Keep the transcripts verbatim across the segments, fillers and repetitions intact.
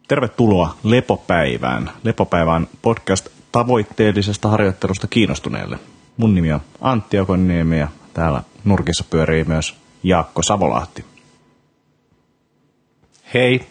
Tervetuloa Lepopäivään. Lepopäivä on podcast tavoitteellisesta harjoittelusta kiinnostuneelle. Mun nimi on Antti Okoniemi ja täällä nurkissa pyörii myös Jaakko Savolahti. Hei.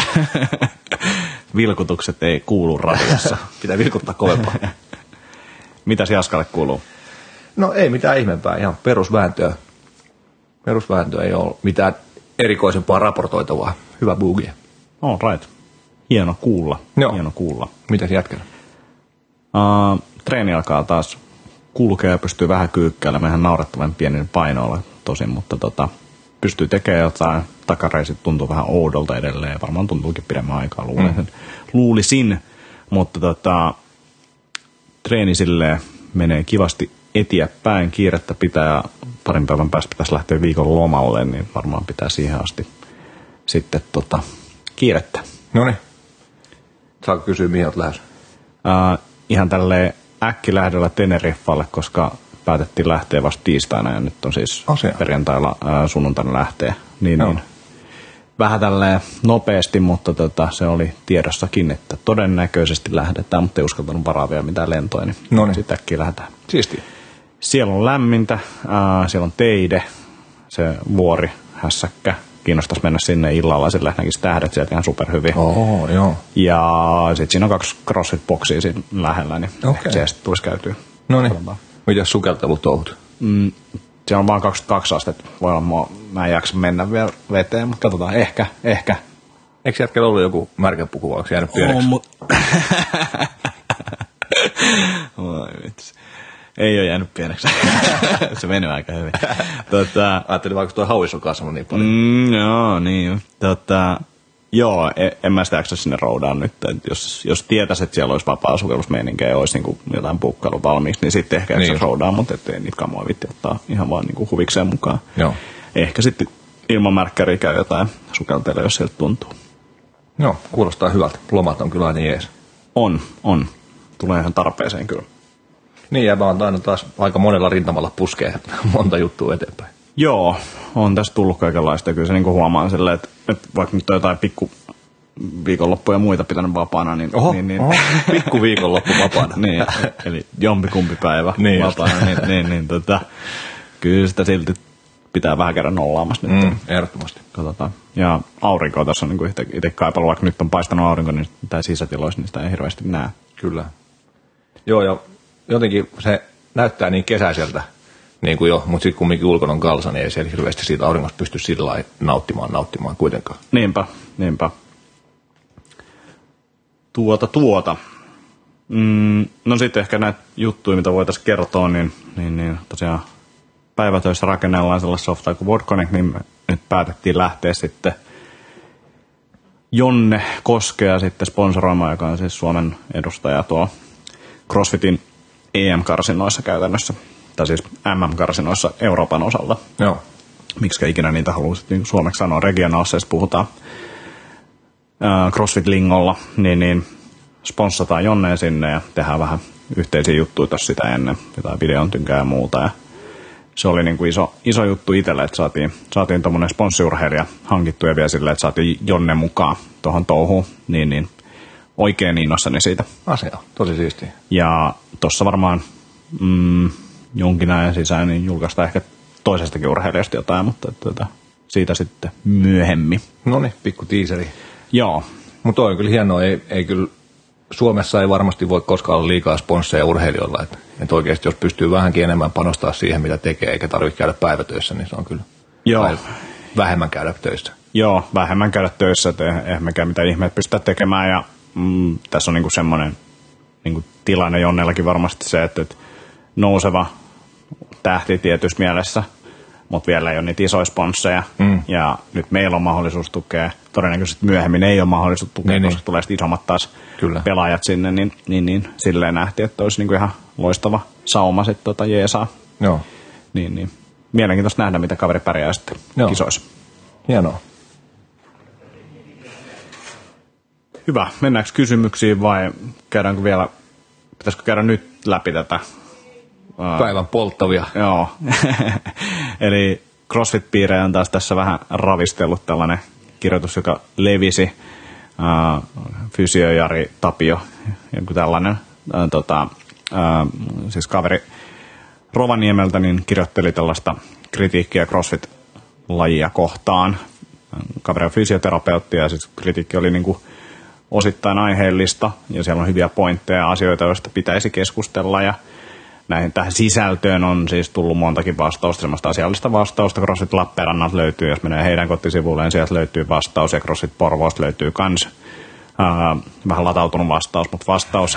Vilkutukset ei kuulu radiossa. Pitää vilkuttaa kovempaa. Mitäs Jaskalle kuuluu? No ei mitään ihmeempää, ihan perusvääntöä. Perusvääntöä ei ole mitään erikoisempaa raportoitavaa. Hyvä bugi. All right. Hieno kuulla. Joo. Hieno kuulla. Mitäs jätkänä? Uh, treeni alkaa taas kulkea ja pystyy vähän kyykkäilemään ihan naurettavan pienin painoilla tosin, mutta tota, pystyy tekemään jotain. Takareisit tuntuu vähän oudolta edelleen ja varmaan tuntuukin pidemmän aikaa luulisin. Mm. luulisin, mutta tota, treeni silleen menee kivasti eteenpäin, kiirettä pitää ja parin päivän päästä pitäisi lähteä viikon lomalle, niin varmaan pitää siihen asti sitten tota, kiirettä. Noniin. Saanko kysyä, mihin olet lähes? Uh, ihan tälleen äkkilähdöllä Teneriffalle, koska päätettiin lähteä vasta tiistaina ja nyt on siis Asia. perjantailla uh, sunnuntaina lähteä. Niin, no. niin, vähän tälleen nopeasti, mutta tota, se oli tiedossakin, että todennäköisesti lähdetään, mutta ei uskaltanut varaa vielä mitään lentoja, niin Noniin. sitten äkkiä lähdetään. Siistiä. Siellä on lämmintä, uh, siellä on teide, se vuori, hässäkkä. Kiinnostaisi mennä sinne illalla, sillä näkisi tähdet sieltä ihan superhyvin. Oho, joo. Ja sitten siinä on kaksi CrossFit-boksia siinä lähellä, niin okay. ehkä se sitten tulisi käytyä. No niin, mitäs sukeltelutouhut? Mm, siellä on vaan kaksikymmentäkaksi astetta. Voi olla, mua, mä en jaksa mennä vielä veteen, mutta katsotaan, ehkä, ehkä. Eikö jätkellä ollut joku märkäpuku, onko se jäänyt pieneksi? Oh, mut... Oi vitsi. Ei ole jäänyt pieneksi. Se meni aika hyvin. Tota, ajattelin vaikka tuo hauis on kasvanut niin paljon. Mm, joo, niin. Tota, joo, en, en mä sitä jaksa sinne roudaan nyt. Jos, jos tietäisi, että siellä olisi vapaa sukellusmeininkä ja olisi niin jotain puukkailu valmiiksi, niin sitten ehkä jaksaisi niin roudaan, mutta ettei niitä kamoja vitti ottaa ihan vaan niin huvikseen mukaan. Joo. Ehkä sitten ilman märkkäriä käy jotain sukelteille, jos sieltä tuntuu. Joo, kuulostaa hyvältä. Lomat on kyllä aina jees. On, on. Tulee ihan tarpeeseen kyllä. Niin, ja mä oon tainnut taas aika monella rintamalla puskea monta juttua eteenpäin. Joo, on tässä tullut kaikenlaista. Kyllä se niin huomaan silleen, että, että vaikka nyt on jotain pikku viikonloppuja ja muita pitänyt vapaana, niin... Oho, niin, niin oho. Pikku viikonloppu vapaana. niin, eli jompikumpi päivä niin vapaana, niin, niin, niin tota, kyllä sitä silti pitää vähän käydä nollaamassa nyt. Mm, ehdottomasti. Katsotaan. Ja aurinkoa tässä on niin itse kaipalla, vaikka nyt on paistanut aurinko, niin tämä sisätiloissa, niin sitä ei hirveästi näe. Kyllä. Joo, ja jotenkin se näyttää niin kesäiseltä, niin kuin jo, mutta sitten kumminkin ulkona on kalsa, niin ei siellä hirveästi siitä auringosta pysty sillä lailla nauttimaan, nauttimaan kuitenkaan. Niinpä, niinpä. Tuota, tuota. Mm, no sitten ehkä näitä juttuja, mitä voitaisiin kertoa, niin, niin, niin tosiaan päivätöissä rakennellaan sellaista softaa kuin WordConnect, niin me nyt päätettiin lähteä sitten Jonne Koskea sitten sponsoroimaan, joka on siis Suomen edustaja tuo CrossFitin E M-karsinoissa käytännössä, tai siis M M-karsinoissa Euroopan osalla. Joo. Miksikä ikinä niitä haluaisit niin suomeksi sanoa, regionaalissa, jos puhutaan ää, CrossFit-lingolla, niin, niin sponssataan Jonneen sinne ja tehdään vähän yhteisiä juttuja tässä sitä ennen, jotain videon tynkää ja muuta. Ja se oli niin kuin iso, iso juttu itselle, että saatiin, saatiin tuommoinen sponssiurheilija hankittu ja vielä silleen, että saatiin Jonne mukaan tuohon touhuun, niin, niin oikein innoissani siitä. Asia, tosi siistiä. Ja tuossa varmaan mm, jonkin ajan sisään niin julkaistaan ehkä toisestakin urheilijasta jotain, mutta että, siitä sitten myöhemmin. Noniin, pikku tiiseri. Joo. Mutta on kyllä hienoa, ei, ei kyllä, Suomessa ei varmasti voi koskaan olla liikaa sponsseja urheilijoilla, että, että oikeasti jos pystyy vähänkin enemmän panostaa siihen, mitä tekee, eikä tarvitse käydä päivätöissä, niin se on kyllä Joo. vähemmän käydä töissä. Joo, vähemmän käydä töissä, että eihän mekään mitään ihmeet pystytä tekemään ja mm, tässä on niinku semmoinen niinku tilanne Jonnellakin varmasti se, että, että nouseva tähti tietyssä mielessä, mutta vielä ei ole niitä isoja sponsseja mm. ja nyt meillä on mahdollisuus tukea, todennäköisesti myöhemmin ei ole mahdollisuus tukea, niin, koska niin. tulee sitten isommat taas Kyllä. pelaajat sinne, niin, niin, niin silleen nähtiin, että olisi niinku ihan loistava sauma sitten tota jeesaa. Joo. Niin, niin. Mielenkiintoista nähdä, mitä kaveri pärjää sitten Joo. kisoissa. Hienoa. Hyvä. Mennäänkö kysymyksiin vai käydäänkö vielä, pitäisikö käydä nyt läpi tätä? Päivän polttavia. Joo. Eli CrossFit-piirejä on taas tässä vähän ravistellut tällainen kirjoitus, joka levisi ää, fysio Jari Tapio, joku tällainen ää, tota, ää, siis kaveri Rovaniemeltä, niin kirjoitteli tällaista kritiikkiä CrossFit-lajia kohtaan. Kaveri on fysioterapeutti ja siis kritiikki oli niin kuin osittain aiheellista ja siellä on hyviä pointteja ja asioita, joista pitäisi keskustella ja näihin tähän sisältöön on siis tullut montakin vastausta, semmoista asiallista vastausta. CrossFit Lappeenrannalta löytyy, jos menee heidän kotisivulleen, sieltä löytyy vastaus ja CrossFit Porvoosta löytyy kans ää, vähän latautunut vastaus, mutta vastaus.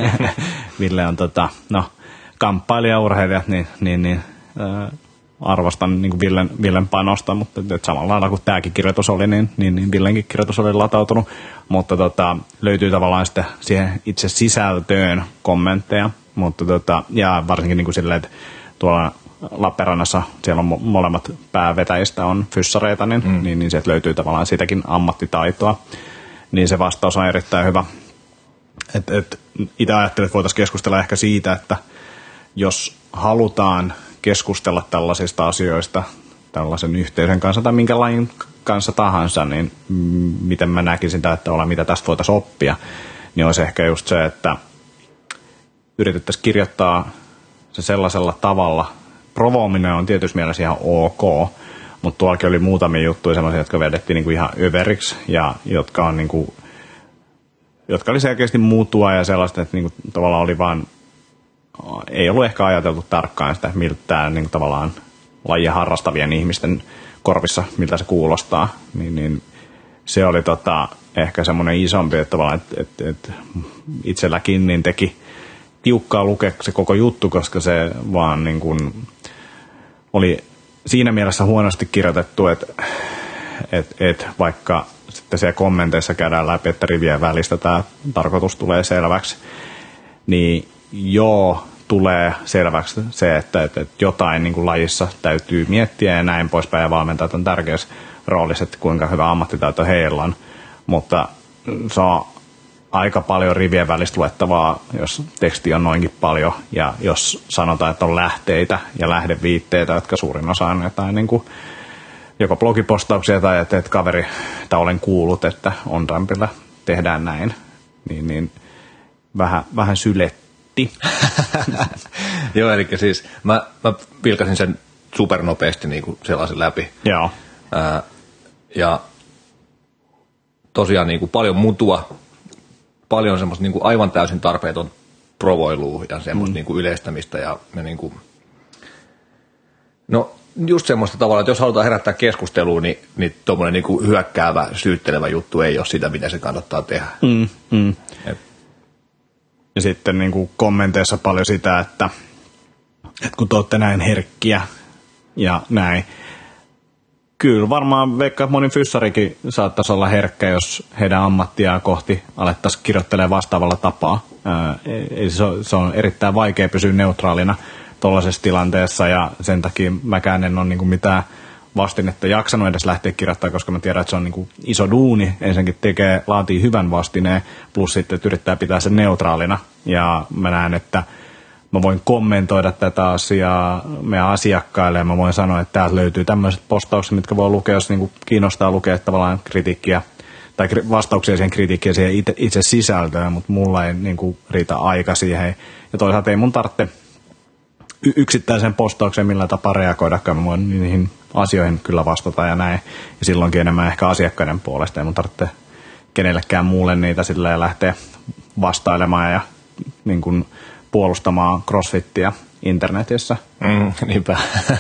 Ville on tota, no, kamppailijaurheilijat, niin, niin, niin ää, arvostan niin kuin Villen, Villen panosta, mutta et samalla lailla kuin tämäkin kirjoitus oli, niin, niin, niin Villenkin kirjoitus oli latautunut, mutta tota, löytyy tavallaan sitten siihen itse sisältöön kommentteja, mutta tota, ja varsinkin niin kuin silleen, että tuolla Lappeenrannassa siellä on mo- molemmat päävetäjistä on fyssareita, niin, mm. niin, niin sieltä löytyy tavallaan siitäkin ammattitaitoa, niin se vastaus on erittäin hyvä. Et, et, itse ajattelin, että voitaisiin keskustella ehkä siitä, että jos halutaan keskustella tällaisista asioista tällaisen yhteisön kanssa tai minkä lajin kanssa tahansa, niin miten mä näkisin että mitä tästä voitaisiin oppia, niin olisi ehkä just se, että yritettäisiin kirjoittaa se sellaisella tavalla. Provoominen on tietysti mielessä ihan ok, mutta tuollakin oli muutamia juttuja sellaisia, jotka vedettiin niinku ihan överiksi ja jotka, on niinku, jotka oli selkeästi mutua ja sellaista, että niinku tavallaan oli vaan ei ollut ehkä ajateltu tarkkaan sitä, miltä tämä niin tavallaan lajia harrastavien ihmisten korvissa, miltä se kuulostaa, niin, niin se oli tota, ehkä semmoinen isompi, että, että, että, että itselläkin niin teki tiukkaa lukea se koko juttu, koska se vaan niin kuin oli siinä mielessä huonosti kirjoitettu, että, että, että vaikka sitten siellä kommenteissa käydään läpi, että rivien välistä tämä tarkoitus tulee selväksi, niin joo, tulee selväksi se, että, että, että jotain niin kuin lajissa täytyy miettiä ja näin poispäin ja valmentajat on tärkeässä roolissa, että kuinka hyvä ammattitaito heillä on, mutta se on aika paljon rivien välistä luettavaa, jos teksti on noinkin paljon ja jos sanotaan, että on lähteitä ja lähdeviitteitä, jotka suurin osa on jotain niin kuin joko blogipostauksia tai että, että kaveri, tai olen kuullut, että on rampilla tehdään näin, niin, niin vähän, vähän sylettä. Joo, eli siis mä, mä pilkasin sen supernopeasti niin kuin sellaisen läpi. Joo. Ää, ja tosiaan niin kuin paljon mutua, paljon semmoista niin kuin aivan täysin tarpeeton provoilua ja semmoista mm. niin kuin yleistämistä ja, ja niin kuin, no just semmoista tavalla, että jos halutaan herättää keskustelua, niin, niin tuommoinen niin kuin hyökkäävä, syyttelevä juttu ei ole sitä, mitä se kannattaa tehdä. Mm, mm. Et, Ja sitten niin kuin kommenteissa paljon sitä, että, että kun te olette näin herkkiä ja näin. Kyllä varmaan vaikka moni fyssarikin saattaisi olla herkkä, jos heidän ammattiaan kohti alettaisiin kirjoittelemaan vastaavalla tapaa. Ää, se, on, se on erittäin vaikea pysyä neutraalina tuollaisessa tilanteessa ja sen takia mäkään en ole niin kuin mitään vastinetta jaksanut edes lähteä kirjoittamaan, koska mä tiedän, että se on niin kuin iso duuni. Ensinnäkin tekee, laatii hyvän vastineen, plus sitten, että yrittää pitää sen neutraalina. Ja mä näen, että mä voin kommentoida tätä asiaa meidän asiakkaille ja mä voin sanoa, että täältä löytyy tämmöiset postaukset, mitkä voi lukea, jos niin kuin kiinnostaa lukea tavallaan kritiikkiä tai vastauksia siihen kritiikkiin siihen itse, itse sisältöön, mutta mulla ei niin kuin riitä aika siihen. Ja toisaalta ei mun tarvitse yksittäisen postaukseen millään tapaa reagoidakaan, mä voin niihin asioihin kyllä vastata ja näin. Ja silloinkin enemmän ehkä asiakkaiden puolesta. Ei mun tarvitse kenellekään muulle niitä silleen lähteä vastailemaan ja niin kuin puolustamaan crossfittiä internetissä. Mm, niinpä.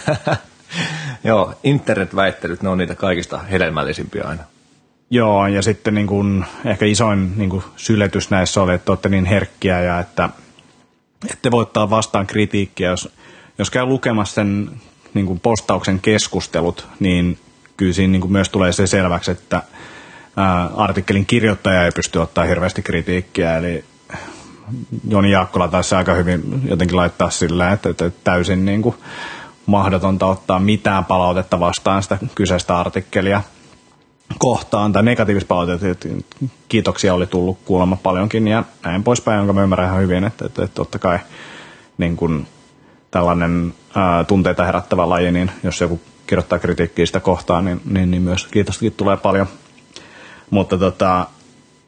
Joo, internetväittelyt, ne on niitä kaikista hedelmällisimpiä aina. Joo, ja sitten niin kuin, ehkä isoin niin kuin syletys näissä oli, että olette niin herkkiä ja että ette voi ottaa vastaan kritiikkiä. Jos, jos käy lukemassa sen niin kuin postauksen keskustelut, niin kyllä siinä niin kuin myös tulee se selväksi, että ää, artikkelin kirjoittaja ei pysty ottaa hirveästi kritiikkiä. Eli Joni Jaakkola taisi aika hyvin jotenkin laittaa sillä, että, että täysin niin kuin mahdotonta ottaa mitään palautetta vastaan sitä kyseistä artikkelia kohtaan, tai negatiivista palautetta, kiitoksia oli tullut kuulemma paljonkin ja näin poispäin, jonka mä ymmärrän ihan hyvin, että, että, että totta kai niin kun tällainen ää, tunteita herättävä laji, niin jos joku kirjoittaa kritiikkiä sitä kohtaan, niin, niin, niin myös kiitostakin tulee paljon. Mutta tota,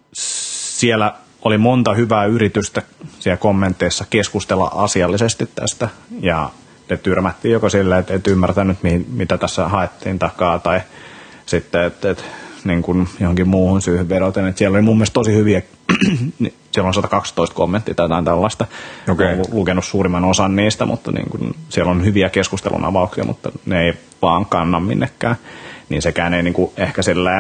siellä oli monta hyvää yritystä siellä kommenteissa keskustella asiallisesti tästä, ja ne tyrmättiin joko silleen, että et ymmärtänyt, mihin, mitä tässä haettiin takaa, tai sitten, että et, niin kuin johonkin muuhun syyhyn vedoten. Että siellä oli mun mielestä tosi hyviä, siellä on sata kaksitoista kommenttia tai jotain tällaista. Okay. Olen lukenut suurimman osan niistä, mutta niin kuin, siellä on hyviä keskustelun avauksia, mutta ne ei vaan kanna minnekään. Niin sekään ei niin kuin ehkä silleen,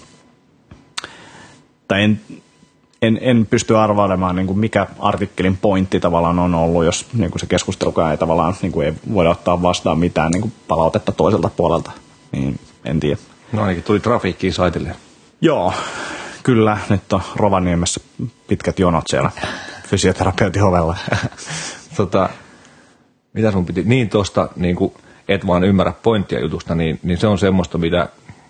tai en, en, en pysty arvailemaan, niin kuin mikä artikkelin pointti tavallaan on ollut, jos niin kuin se keskustelukaan ei tavallaan, niin kuin ei voida ottaa vastaan mitään niin kuin palautetta toiselta puolelta, niin en tiedä. No ainakin tuli trafiikkiin saitille. Joo, kyllä. Nyt on Rovaniemessä pitkät jonot siellä fysioterapeutin ovella. tota, mitä sun piti? Niin tosta, niin kuin et vaan ymmärrä pointtia jutusta, niin, niin se on semmoista, mitä,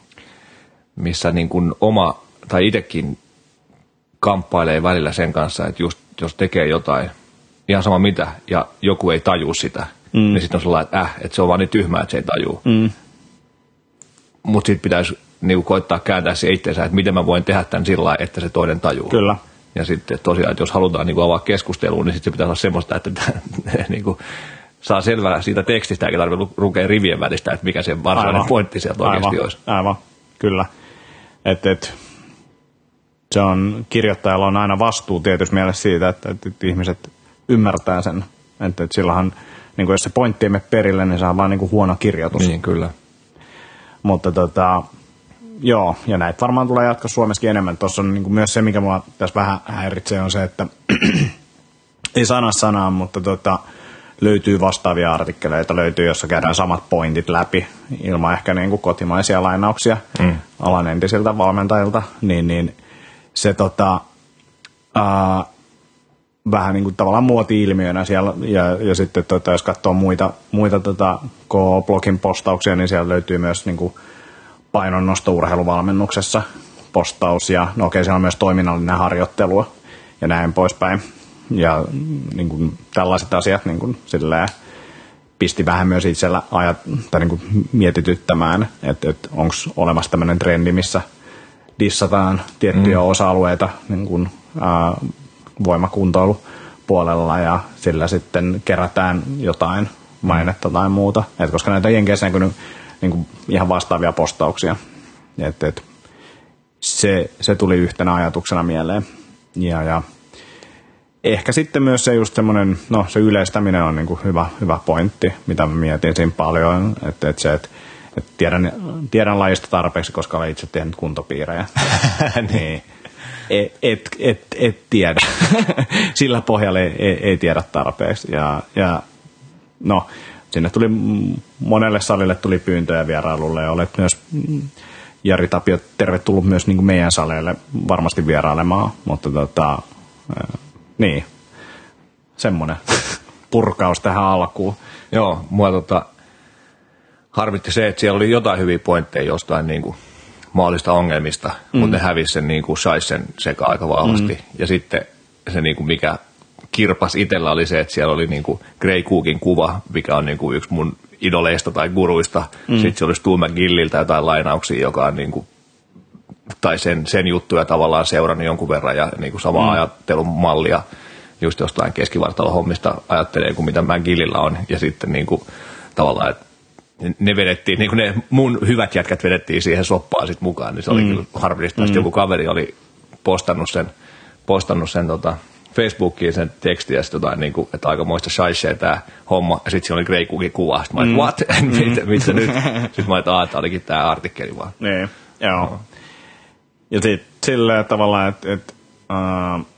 missä niin kuin oma, tai itsekin kamppailee välillä sen kanssa, että just jos tekee jotain, ihan sama mitä, ja joku ei taju sitä, mm. niin sitten on sellainen, että äh, että se on vaan niin tyhmää, että se ei tajuu. Mm. Mutta sitten pitäisi niinku koittaa kääntää se itseensä, että miten mä voin tehdä tämän sillä lailla, että se toinen tajuu. Kyllä. Ja sitten tosiaan, että jos halutaan niinku avaa keskustelua, niin sitten se pitäisi olla semmoista, että niinku saa selvää siitä tekstistä, eikä tarvitse lukea rivien välistä, että mikä se varsinainen Aivan. pointti sieltä oikeasti Aivan. olisi. Aivan, kyllä. Et, et, se on, kirjoittajalla on aina vastuu tietysti mielessä siitä, että, että, että ihmiset ymmärtää sen. Että, että silloinhan, niin jos se pointti ei mene perille, niin se on vaan niin huono kirjoitus. Niin, kyllä. Mutta tota, joo, ja näitä varmaan tulee jatkossa Suomessakin enemmän. Tuossa on niin myös se, mikä mua tässä vähän häiritsee, on se, että ei sana sanaan, mutta tota, löytyy vastaavia artikkeleita, löytyy, jossa käydään samat pointit läpi, ilman ehkä niin kuin kotimaisia lainauksia mm. alan entisiltä valmentajilta, niin, niin se tota, ää, vähän niin kuin tavallaan muoti-ilmiönä siellä, ja, ja sitten tota, jos katsoo muita, muita tota, K-blogin postauksia, niin siellä löytyy myös niin kuin painonnosto urheiluvalmennuksessa postaus, ja no okei, siellä on myös toiminnallinen harjoittelua, ja näin poispäin. Ja niin kuin tällaiset asiat niin kuin silleen, pisti vähän myös itsellä ajat, tai niin kuin mietityttämään, että, että onko olemassa tämmöinen trendi, missä dissataan tiettyjä mm. osa-alueita niin kuin, ää, voimakuntoilupuolella, ja sillä sitten kerätään jotain mainetta tai muuta. Et koska näitä jenkeissä näkyy niin kuin ihan vastaavia postauksia. Et, et, se, se tuli yhtenä ajatuksena mieleen. Ja, ja ehkä sitten myös se just semmoinen, no se yleistäminen on niin kuin hyvä, hyvä pointti, mitä mä mietin siinä paljon, että, että se, että, että tiedän, tiedän lajista tarpeeksi, koska olen itse tehnyt kuntopiirejä. niin. Et, et, et, et tiedä. Sillä pohjalla ei, ei, ei tiedä tarpeeksi. Ja, ja no, sinne tuli monelle salille tuli pyyntöjä vierailulle, ja olet myös, Jari Tapio, tervetullut myös niin kuin meidän saleille varmasti vierailemaan, mutta tota, niin, semmoinen purkaus tähän alkuun. Joo, mua tota, harmitti se, että siellä oli jotain hyviä pointteja jostain niin kuin mahdollista ongelmista, mm. mutta ne hävisi sen niin kuin shaisen sekaan aika vahvasti. Mm. Ja sitten se, niin kuin mikä kirpas itsellä oli se, että siellä oli niin kuin Gray Cookin kuva, mikä on niin kuin yksi mun idoleista tai guruista. Mm. Sitten se oli Stu McGilliltä jotain lainauksia, joka on niin kuin, tai sen, sen juttuja tavallaan seurannut jonkun verran, ja niin kuin sama mm. ajattelun mallia just jostain keskivartalohommista ajattelee kuin mitä McGillillä on. Ja sitten niin kuin, tavallaan, että ne vedettiin, niin kuin ne mun hyvät jätkät vedettiin siihen soppaan sit mukaan, niin se oli mm. kyllä harvillista. Mm. Joku kaveri oli postannut sen, postannut sen tota, Facebookiin sen tekstin, ja sitten jotain, niin kuin, että aikamoista shaishea tämä homma, ja sitten siinä oli Gray Cookin kuva. Sitten mä olin, mm. what? Mm. Mitä nyt? Sitten mä olin, että tämä olikin tämä artikkeli vaan. Niin, joo. No. Ja sitten silleen tavallaan, että et, uh,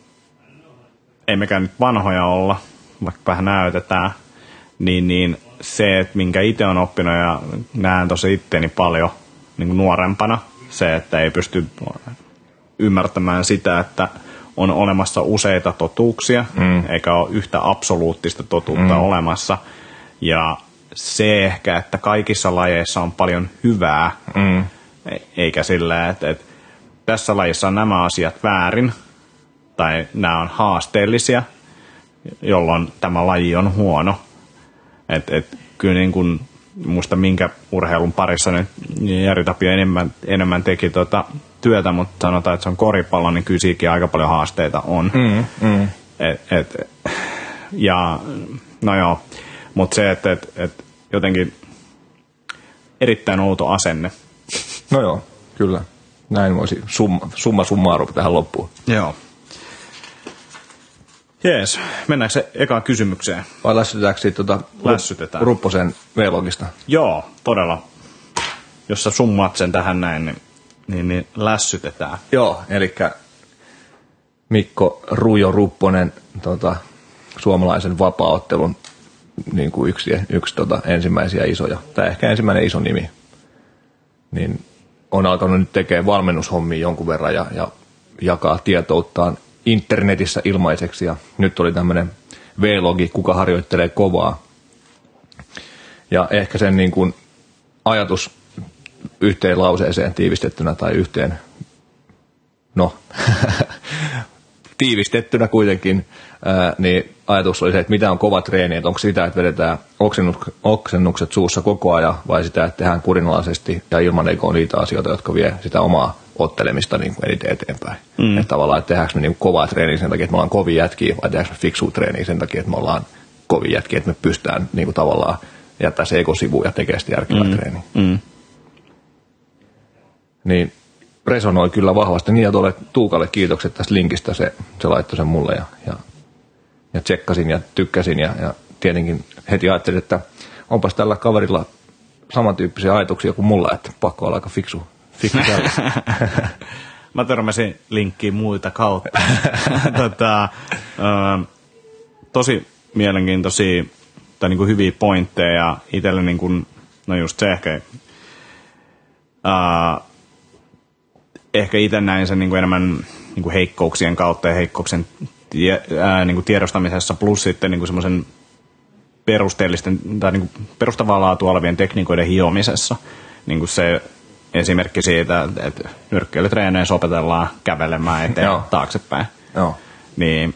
ei mekään nyt vanhoja olla, vaikka vähän näytetään, niin, niin se, että minkä itse on oppinut, ja näen tuossa itteeni paljon niin kuin nuorempana, se, että ei pysty ymmärtämään sitä, että on olemassa useita totuuksia, mm. eikä ole yhtä absoluuttista totuutta mm. olemassa. Ja se ehkä, että kaikissa lajeissa on paljon hyvää, mm. eikä sillä, että, että tässä lajissa on nämä asiat väärin, tai nämä on haasteellisia, jolloin tämä laji on huono. Et, et, kyllä niin kun muista minkä urheilun parissa nyt Jari Tapio enemmän, enemmän teki tota työtä, mutta sanotaan, että se on koripallo, niin kyllä siikin aika paljon haasteita on. Mm, mm. Et, et, ja no joo, mutta se, että et, et jotenkin erittäin outo asenne. No joo, kyllä. Näin voisi summa, summa summarum tähän loppuun. Joo. Jees, mennäänkö se ekaan kysymykseen? Vai lässytetäänkö siitä tuota Lässytetään. Rupposen V-logista? Joo, todella. Jos sä summaat sen tähän näin, niin, niin, niin lässytetään. Joo, eli Mikko Rujo Rupponen, tota, suomalaisen vapaaottelun niin kuin yksi, yksi tota, ensimmäisiä isoja, tai ehkä ensimmäinen iso nimi, niin on alkanut nyt tekemään valmennushommia jonkun verran ja, ja jakaa tietouttaan internetissä ilmaiseksi. Ja nyt oli tämmöinen V-logi, kuka harjoittelee kovaa. Ja ehkä sen niin kuin ajatus yhteen lauseeseen tiivistettynä tai yhteen, no tiivistettynä kuitenkin, ää, niin ajatus oli se, että mitä on kova treeni, että onko sitä, että vedetään oksennukset suussa koko ajan vai sitä, että tehdään kurinalaisesti ja ilman eikoa niitä asioita, jotka vie sitä omaa ottelemista niin kuin eniten eteenpäin. Mm. Että tavallaan, että tehdäänkö me niin kovaa treeniä sen takia, että me ollaan kovia jätkiä vai tehdäänkö me fiksua treeniä sen takia, että me ollaan kovia jätkiä, että me pystytään niin kuin tavallaan jättää se ego sivuun ja tekee sitä järkevää mm. treeniä. Mm. Niin resonoi kyllä vahvasti. Niin ja tuolle Tuukalle kiitokset tästä linkistä, se, se laittoi sen mulle ja, ja, ja tsekkasin ja tykkäsin ja, ja tietenkin heti ajattelin, että onpas tällä kaverilla samantyyppisiä ajatuksia kuin mulla, että pakko olla aika fiksu. fiksu Mä törmäsin linkkiin muita kautta. tota, ö, tosi mielenkiintoisia tai niin kuin hyviä pointteja ja itselle niin kuin, no just se ehkä ö, ehkä itse näin sen niin kuin enemmän niin kuin heikkouksien kautta ja heikkouksien tie, ää, niin kuin tiedostamisessa plus sitten niin kuin semmoisen perusteellisten tai niin kuin perustavaa laatua olevien tekniikoiden hiomisessa. Niin kuin se esimerkki siitä, että nyrkkeilytreeneissä opetellaan kävelemään eteen Joo. taaksepäin. Joo. Niin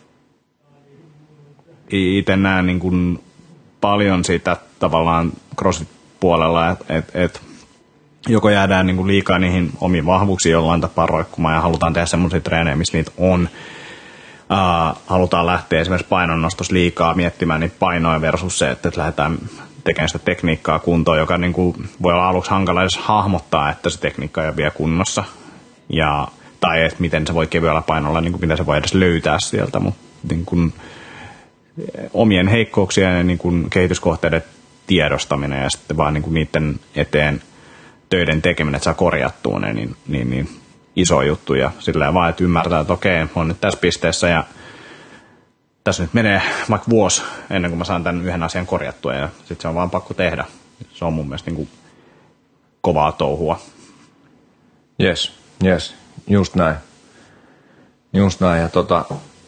itse näen niin kuin paljon siitä tavallaan CrossFit-puolella, että et, et joko jäädään niin kuin liikaa niihin omiin vahvuuksiin jollain tapaa roikkumaan ja halutaan tehdä semmoisia treenejä, missä niitä on. Uh, halutaan lähteä esimerkiksi painonnostossa liikaa miettimään niitä painoja versus se, että lähdetään tekemään sitä tekniikkaa kuntoon, joka niin kuin voi olla aluksi hankala edes hahmottaa, että se tekniikka ei vielä kunnossa. Ja, tai että miten se voi kevyellä painolla, niin kuin mitä se voi edes löytää sieltä. Mutta niin kuin omien heikkouksien ja niin kuin kehityskohteiden tiedostaminen ja sitten vaan niin kuin niiden eteen töiden tekeminen, että saa korjattua ne, niin, niin, niin iso juttu. Ja sillä vaan, että ymmärtää, että okei, on nyt tässä pisteessä ja tässä nyt menee vaikka vuosi ennen kuin mä saan tämän yhden asian korjattua ja sitten se on vaan pakko tehdä. Se on mun mielestä niin kuin kovaa touhua. Jes, jes, just näin. Just näin ja tota,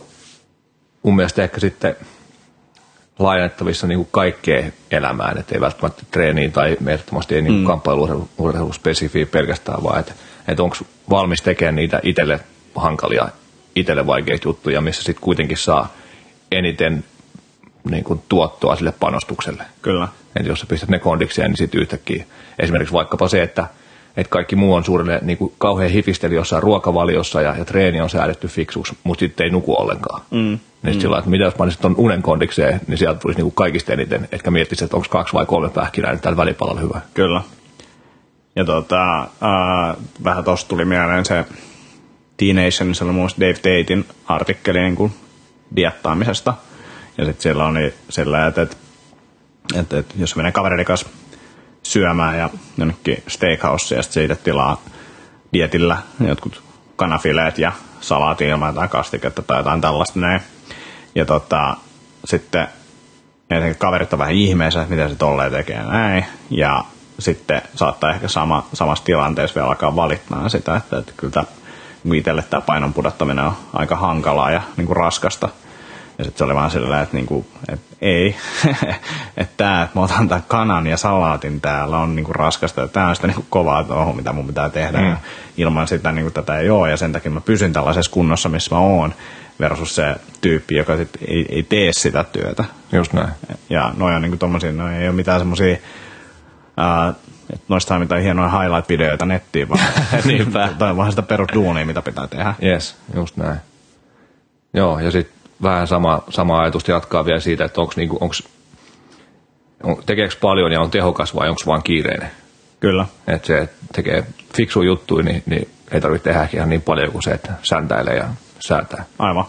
mun mielestä ehkä sitten laajennettavissa niin kuin kaikkeen elämään, että ei välttämättä treeniin tai ehdottomasti ei niin kuin mm. kamppailuurheiluspesifiä pelkästään, vaan että, että onko valmis tekemään niitä itselle hankalia, itselle vaikeita juttuja, missä sitten kuitenkin saa eniten niin kuin tuottoa sille panostukselle. Kyllä. Että jos sä pistät ne kondikseen, niin sitten yhtäkkiä esimerkiksi vaikkapa se, että, että kaikki muu on suurelle niin kuin kauhean hifisteli jossain ruokavaliossa ja, ja treeni on säädetty fiksuksi, mutta sitten ei nuku ollenkaan. Mm. Niin mm. sillä että mitä jos mä olisin tuon unen kondikseen, niin sieltä tulisi niin kuin kaikista eniten, etkä miettisi, että onko kaksi vai kolme pähkinää, niin tällä välipalalla hyvä. Kyllä. Ja tota, äh, vähän tosta tuli mieleen se T-Nationissa oli muista Dave Tatein artikkeli niin kuin diettaamisesta. Ja sitten siellä oli sillä, että, että, että, että jos menee kavereiden kanssa syömään ja jonnekin steakhouse ja sitten se itse tilaa dietillä jotkut kanafileet ja salaatin ilman jotain kastiketta tai jotain tällaista näin. Ja tota, sitten kaverit on vähän ihmeessä, että mitä se tolleen tekee näin. Ja sitten saattaa ehkä sama, samassa tilanteessa vielä alkaa valittaa sitä, että, että kyllä tämä, niin itselle tämä painon pudottaminen on aika hankalaa ja niin kuin raskasta. Ja sitten se oli vaan silleen, että, niinku, että ei, että tämä, että mä otan tämän kanan ja salaatin täällä on niinku raskasta. Ja tämä on sitä niinku kovaa touhua, mitä mun pitää tehdä. Mm. Ilman sitä niinku tätä ei ole ja sen takia mä pysyn tällaisessa kunnossa, missä mä oon. Versus se tyyppi, joka sit ei, ei tee sitä työtä. Just näin. Ja noi on niinku tommosia, noi ei ole mitään semmosia ää, että noista saa mitään hienoja highlight-videoita nettiin, vaan tai vaan sitä perusduunia, mitä pitää tehdä. Jes, just näin. Joo, ja sitten vähän sama, sama ajatusta jatkaa vielä siitä, että onko niinku, onks, on, tekeekö paljon ja on tehokas vai onko vaan kiireinen. Kyllä. Että se, että tekee fiksuja juttuja, niin, niin ei tarvitse tehdä ihan niin paljon kuin se, että säntäilee ja säätää. Aivan.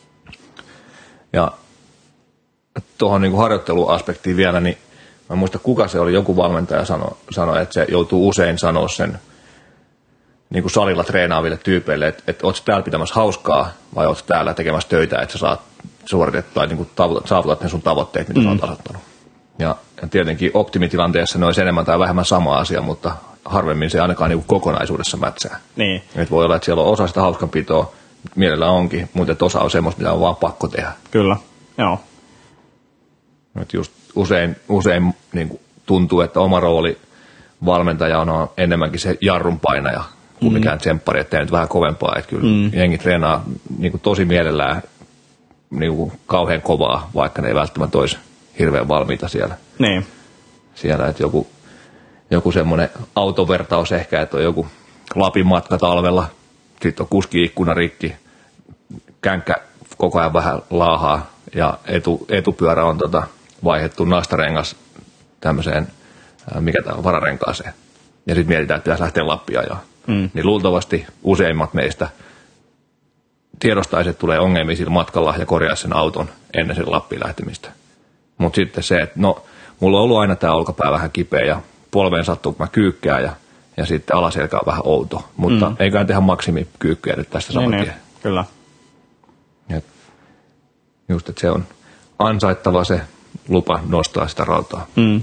Ja tuohon niin harjoitteluaspektiin vielä, niin mä en muista kuka se oli, joku valmentaja sanoi, sano, että se joutuu usein sanoa sen niin kuin salilla treenaaville tyypeille, että, että ootko täällä pitämässä hauskaa vai ootko täällä tekemässä töitä, että sä saat suoritettua tai niin kuin tavoitat, saavutat ne sun tavoitteet, mitä mm. sä oot asettanut. Ja, ja tietenkin optimitilanteessa ne olisi enemmän tai vähemmän sama asia, mutta harvemmin se ainakaan niin kuin kokonaisuudessa mätsää. Niin. Et voi olla, että siellä on osa sitä hauskanpitoa, mielellään onkin, mutta että osa on semmoista, mitä on vaan pakko tehdä. Kyllä, joo. Et just usein usein niin kuin tuntuu, että oma rooli valmentaja on enemmänkin se jarrun painaja kuin mm. mikään tsemppari, että nyt vähän kovempaa. Että kyllä mm. jengi treenaa niin kuin tosi mielellään niin kuin kauhean kovaa, vaikka ne ei välttämättä olisi hirveän valmiita siellä. Niin. Siellä, että joku, joku semmoinen autovertaus ehkä, että on joku Lapin matka talvella, sitten on kuski-ikkuna rikki, känkkä koko ajan vähän laahaa ja etu, etupyörä on tota vaihdettu nastarengas tämmöiseen, mikä tämä on, vararenkaaseen. Ja sitten mietitään, että pitäisi lähteä Lappia ajaa. Mm. Niin luultavasti useimmat meistä tiedostaisi, että tulee ongelmia sillä matkalla ja korjaa sen auton ennen sen Lappiin lähtemistä. Mutta sitten se, että no, mulla on ollut aina tämä olkapää vähän kipeä ja polveen sattuu, kun mä kyykkään ja, ja sitten alaselkä on vähän outo. Mutta mm. eiköhän tehdä maksimikyykkyä nyt tästä saman tien. Kyllä. Et just, että se on ansaittava se lupa nostaa sitä rautaa. Mm.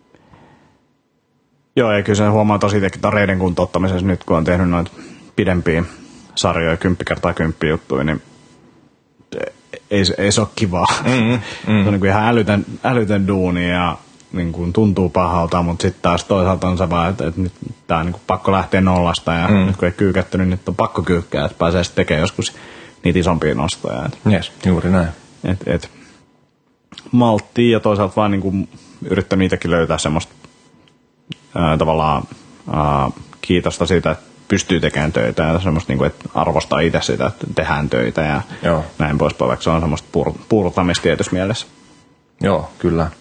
Joo, ja kyllä se huomaa tosi itsekin reiden kuntouttamisessa nyt, kun on tehnyt noita pidempiä sarjoja, kymppi kertaa kymppi juttuja, niin ei, ei se ole kivaa. Mm-hmm, mm-hmm. Se on niin kuin ihan älytön, älytön duuni ja niin kuin tuntuu pahalta, mutta sitten taas toisaalta on se vaan, että, että nyt tämä on niin kuin pakko lähteä nollasta ja mm. nyt kun ei kyykätty, niin nyt on pakko kyykkää, että pääsee sitten tekemään joskus niitä isompia nostoja. Jes, juuri näin. Et, et, malttia ja toisaalta vaan niin kuin yrittänyt itsekin löytää semmoista ää, tavallaan ää, kiitosta siitä, että pystyy tekemään töitä ja semmoista, niin kuin, että arvostaa itse sitä, että tehdään töitä ja Joo. näin poispäin, vaikka se on semmoista puur- puurtamista tietyssä mielessä. Joo, kyllä.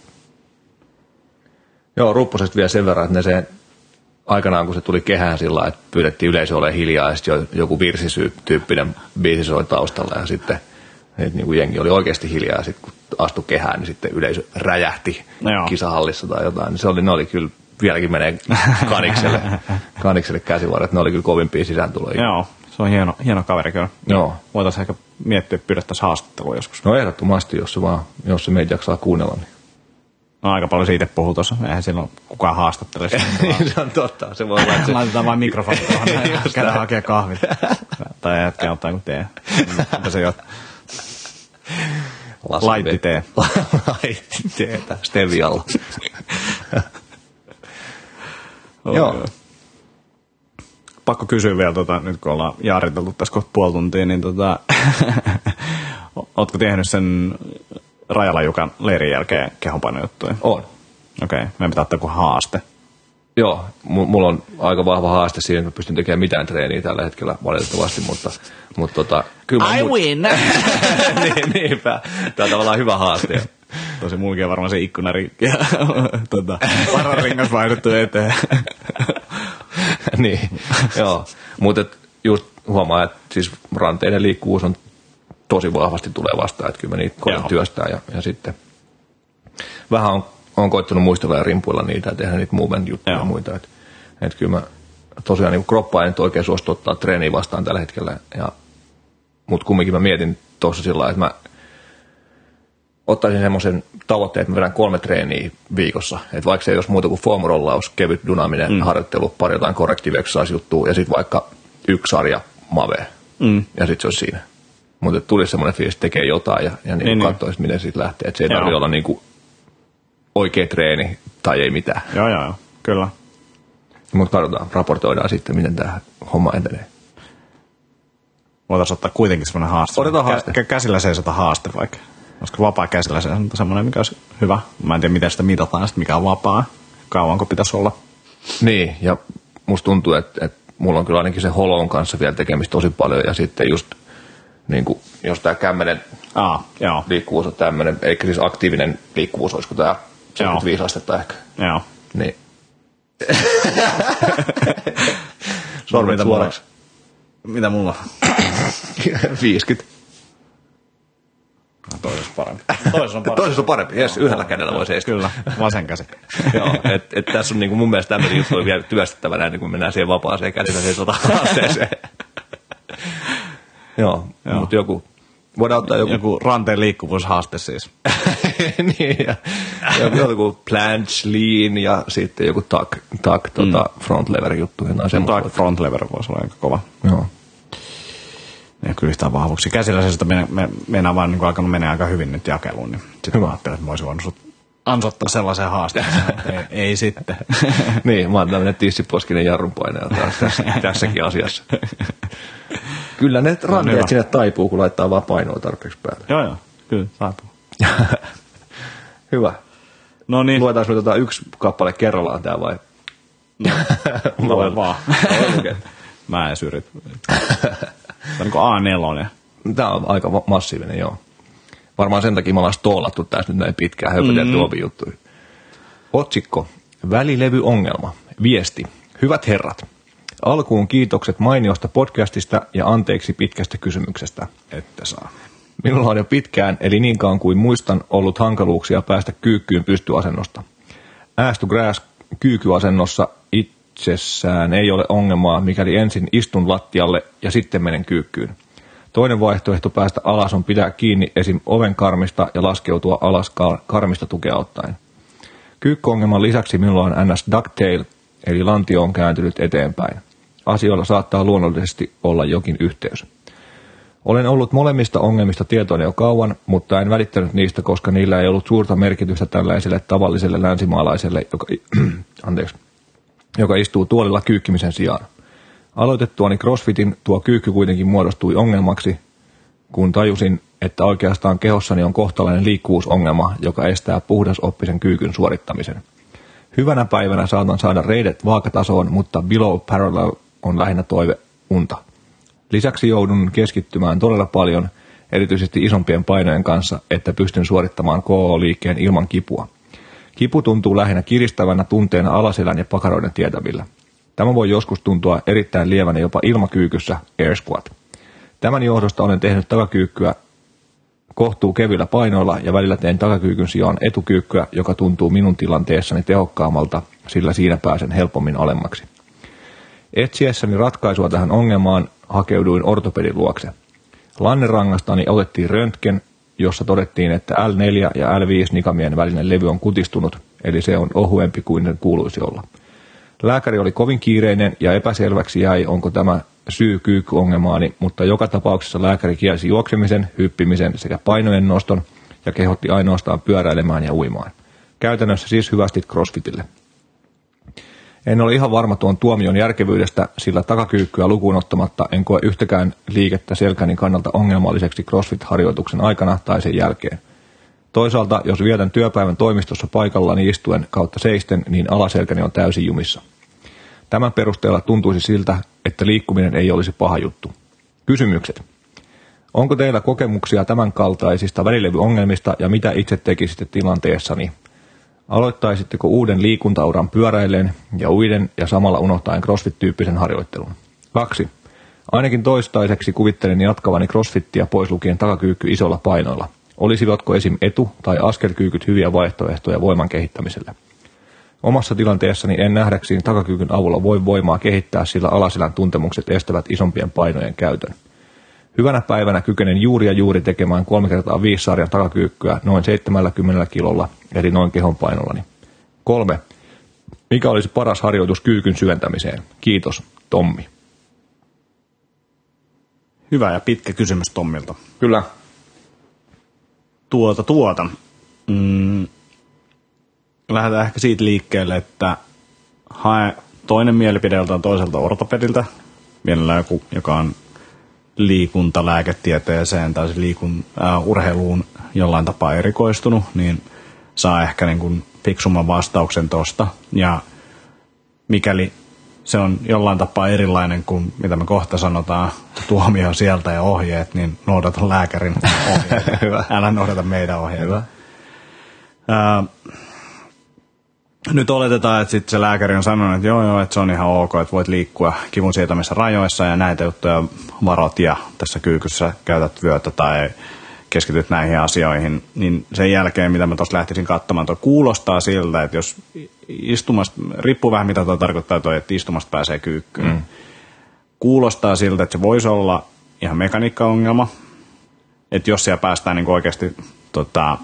Joo, Rupposesta vielä sen verran, että ne se, aikanaan kun se tuli kehään sillä että pyydettiin yleisö olemaan hiljaa ja sitten joku virsisyyppinen biisi soi taustalla ja sitten niin kuin jengi oli oikeasti hiljaa ja sitten kun astui kehään, niin sitten yleisö räjähti no kisahallissa tai jotain. Niin se oli, ne oli kyllä, vieläkin menee kanikselle, kanikselle käsivarret, ne oli kyllä kovimpia sisääntuloja. Joo, se on hieno, hieno kaveri kyllä. Joo. Voitaisiin ehkä miettiä, että pyydettäisiin haastattelua joskus. No ehdottomasti, jos se, vaan, jos se meitä jaksaa kuunnella. Niin. No aika paljon siitä puhuu tuossa, eihän silloin kukaan haastattele. Se on totta, se voi olla. Se... Laitetaan vain mikrofoni tuohon, käydään hakea kahvit. Tai jätkää ottaa kuin tee. Mitä se jo? Laittitee. Laittitee, stevialla. Oh, joo. joo. Pakko kysyä vielä, tota, nyt kun ollaan jaariteltu tässä kohta puoli tuntia, niin tota, ootko tehnyt sen Rajala Jukan leirin jälkeen kehonpainojuttuja? On. Okei, okay. Meidän pitää ottaa joku haaste. Joo, mulla on aika vahva haaste siinä, että mä pystyn tekemään mitään treeniä tällä hetkellä valitettavasti, mutta, mutta tota, kyllä I mut... win! niin, niinpä, tämä on tavallaan hyvä haaste. Tosi mullakin on varmaan se ikkunarikki ja tota, vararingas vaihdettu eteen. niin, joo. Mutta just huomaa, että siis ranteiden liikkuvuus on tosi vahvasti tulee vastaan, että kyllä mä niitä koitan työstää ja, ja sitten vähän on, on koittanut muistella ja rimpuilla niitä ja tehdä niitä movement-juttuja ja muita. Että et kyllä mä tosiaan niin kroppaa en nyt oikein suostu ottaa treeniä vastaan tällä hetkellä, ja, mutta kumminkin mä mietin tuossa sillä lailla, että mä ottaisin semmoisen tavoitteen, että mä vedän kolme treeniä viikossa. Että vaikka se ei olisi muuta kuin foam-rollaus, kevyt dynaaminen mm. harjoittelu, pari jotain corrective exercise-juttua ja sitten vaikka yksi sarja mavea. Mm. Ja sitten se olisi siinä. Mutta tulisi semmoinen fiilis, että tekee jotain ja, ja niin niin, katsoisi, miten siitä lähtee. Että se ei tarvitse olla niinku oikea treeni tai ei mitään. Joo, joo, joo. Kyllä. Mutta katsotaan, raportoidaan sitten, miten tämä homma etenee. Voitaisiin ottaa kuitenkin semmoinen haaste. Otetaan haaste. Kä- käsillä seisota haaste vaikka. Olisiko vapaa käsillä seisota semmoinen, mikä olisi hyvä? Mä en tiedä, miten sitä mitataan, sit mikä on vapaa. kauanko pitäisi olla. Niin, ja musta tuntuu, että, että mulla on kyllä ainakin se holon kanssa vielä tekemistä tosi paljon, ja sitten just, niin kuin, jos tämä kämmenen Aa, joo. liikkuvuus on tämmöinen, eikä siis aktiivinen liikkuvuus, olisiko tämä seitsemänkymmentäviisi astetta ehkä. Joo. Niin. Sormet suoraksi. Mitä mulla on? viisikymmentä. Toisessa parempi. Toisessa on parempi. Toisessa on parempi, jes, yhdellä kädellä voi seistä. Kyllä, vasen käsi. Joo, että et tässä on niinku mun mielestä tämmöinen juttu on vielä työstettävänä, ennen kuin mennään siihen vapaaseen kädessä siihen sota-haasteeseen. Joo, Joo. mutta joku, voidaan ottaa joku... Joku ranteen liikkuvuushaaste siis. Niin, ja joku, joku planche, lean ja sitten joku tuck, tuck mm. tota, front lever juttu. Tuck front lever voisi olla aika kova. Joo. Ja kyllä yhtään vahvuuksia. Käsillä se sitä meinaa vaan niin alkanut menee aika hyvin nyt jakeluun. Niin sitten mä ajattelin, että mä olisin voinut sut ansottaa sellaisen haasteeseen, että ei, ei sitten. Niin, mä oon tämmöinen tissiposkinen jarrunpainaja taas tässä, tässäkin asiassa. Kyllä ne ranteet no, sinne taipuu, kun laittaa vaan painoa tarpeeksi päälle. Joo, joo. Kyllä, taipuu. Hyvä. No niin. Luetaanko me tota yksi kappale kerrallaan tää vai? No, voi vaan. Mä en edes yritä. Tämä on niin kuin A neljä. Tämä on aika massiivinen, joo. Varmaan sen takia me ollaan stoolattu tässä nyt näin pitkään höpötelty mm. opi-juttuja. Otsikko. Välilevyongelma. Viesti. Hyvät herrat. Alkuun kiitokset mainiosta podcastista ja anteeksi pitkästä kysymyksestä. Ette saa. Minulla on jo pitkään, eli niin kauan kuin muistan, ollut hankaluuksia päästä kyykkyyn pystyasennosta. Ass to grass kyykkyasennossa itsessään ei ole ongelmaa, mikäli ensin istun lattialle ja sitten menen kyykkyyn. Toinen vaihtoehto päästä alas on pitää kiinni esim. Oven karmista ja laskeutua alas karmista tukea ottaen. Kyykkyongelman lisäksi minulla on ns. Ducktail, eli lantio on kääntynyt eteenpäin. Asioilla saattaa luonnollisesti olla jokin yhteys. Olen ollut molemmista ongelmista tietoinen jo kauan, mutta en välittänyt niistä, koska niillä ei ollut suurta merkitystä tällaiselle tavalliselle länsimaalaiselle, joka, anteeksi, joka istuu tuolilla kyykkimisen sijaan. Aloitettuani CrossFitin tuo kyykky kuitenkin muodostui ongelmaksi, kun tajusin, että oikeastaan kehossani on kohtalainen liikkuvuusongelma, joka estää puhdasoppisen kyykyn suorittamisen. Hyvänä päivänä saatan saada reidet vaakatasoon, mutta below parallel on lähinnä toive unta. Lisäksi joudun keskittymään todella paljon, erityisesti isompien painojen kanssa, että pystyn suorittamaan K O-liikkeen ilman kipua. Kipu tuntuu lähinnä kiristävänä tunteena alaselän ja pakaroiden tietävillä. Tämä voi joskus tuntua erittäin lievänä jopa ilmakyykyssä, air squat. Tämän johdosta olen tehnyt takakyykkyä kohtuu kevyillä painoilla ja välillä teen takakyykyn sijaan etukyykkyä, joka tuntuu minun tilanteessani tehokkaammalta, sillä siinä pääsen helpommin alemmaksi. Etsiessäni ratkaisua tähän ongelmaan hakeuduin ortopedin luokse. Lannerangastani otettiin röntgen, jossa todettiin, että L neljä ja L viisi nikamien välinen levy on kutistunut, eli se on ohuempi kuin sen kuuluisi olla. Lääkäri oli kovin kiireinen ja epäselväksi jäi, onko tämä syy kyykkyongelmaani, mutta joka tapauksessa lääkäri kielsi juoksemisen, hyppimisen sekä painojen noston ja kehotti ainoastaan pyöräilemään ja uimaan. Käytännössä siis hyvästit CrossFitille. En ole ihan varma tuon tuomion järkevyydestä, sillä takakyykkyä lukuun ottamatta en koe yhtäkään liikettä selkäni kannalta ongelmalliseksi CrossFit-harjoituksen aikana tai sen jälkeen. Toisaalta, jos vietän työpäivän toimistossa paikallani istuen kautta seisten, niin alaselkäni on täysin jumissa. Tämän perusteella tuntuisi siltä, että liikkuminen ei olisi paha juttu. Kysymykset. Onko teillä kokemuksia tämän kaltaisista välilevyongelmista ja mitä itse tekisitte tilanteessani? Aloittaisitteko uuden liikuntauran pyöräilleen ja uiden ja samalla unohtaen CrossFit-tyyppisen harjoittelun? Kaksi. Ainakin toistaiseksi kuvittelin jatkavani CrossFittia pois lukien takakyykky isolla painoilla. Olisivatko esim. Etu- tai askelkyykyt hyviä vaihtoehtoja voiman kehittämiselle? Omassa tilanteessani en nähdäkseni takakyykyn avulla voi voimaa kehittää, sillä alaselän tuntemukset estävät isompien painojen käytön. Hyvänä päivänä kykenen juuri ja juuri tekemään kolme kertaa viisi sarjan takakyykkyä noin seitsemänkymmentä kilolla, eli noin kehon painollani. Kolme. Mikä olisi paras harjoitus kyykyn syventämiseen? Kiitos, Tommi. Hyvä ja pitkä kysymys Tommilta. Kyllä. Tuota, tuota. Mm. Lähdetään ehkä siitä liikkeelle, että hae toinen mielipide on toiselta ortopediltä, mielellään joku, joka on liikuntalääketieteeseen tai liikun, äh, urheiluun jollain tapaa erikoistunut, niin saa ehkä niin kuin fiksumman vastauksen tosta. Ja mikäli se on jollain tapaa erilainen kuin mitä me kohta sanotaan, tuomio sieltä ja ohjeet, niin noudata lääkärin ohjeita. Hyvä. Älä noudata meidän ohjeita. Hyvä. Ää, nyt oletetaan, että sitten se lääkäri on sanonut, että joo, joo, että se on ihan ok, että voit liikkua kivun sietämissä rajoissa ja näitä juttuja varot ja tässä kyykyssä käytät vyötä tai keskityt näihin asioihin, niin sen jälkeen, mitä mä tuossa lähtisin katsomaan, tuo kuulostaa siltä, että jos istumasta, riippuu vähän mitä tuo tarkoittaa toi, että istumasta pääsee kyykkyyn, mm. kuulostaa siltä, että se voisi olla ihan mekaniikkaongelma, että jos siellä päästään niin oikeasti tota,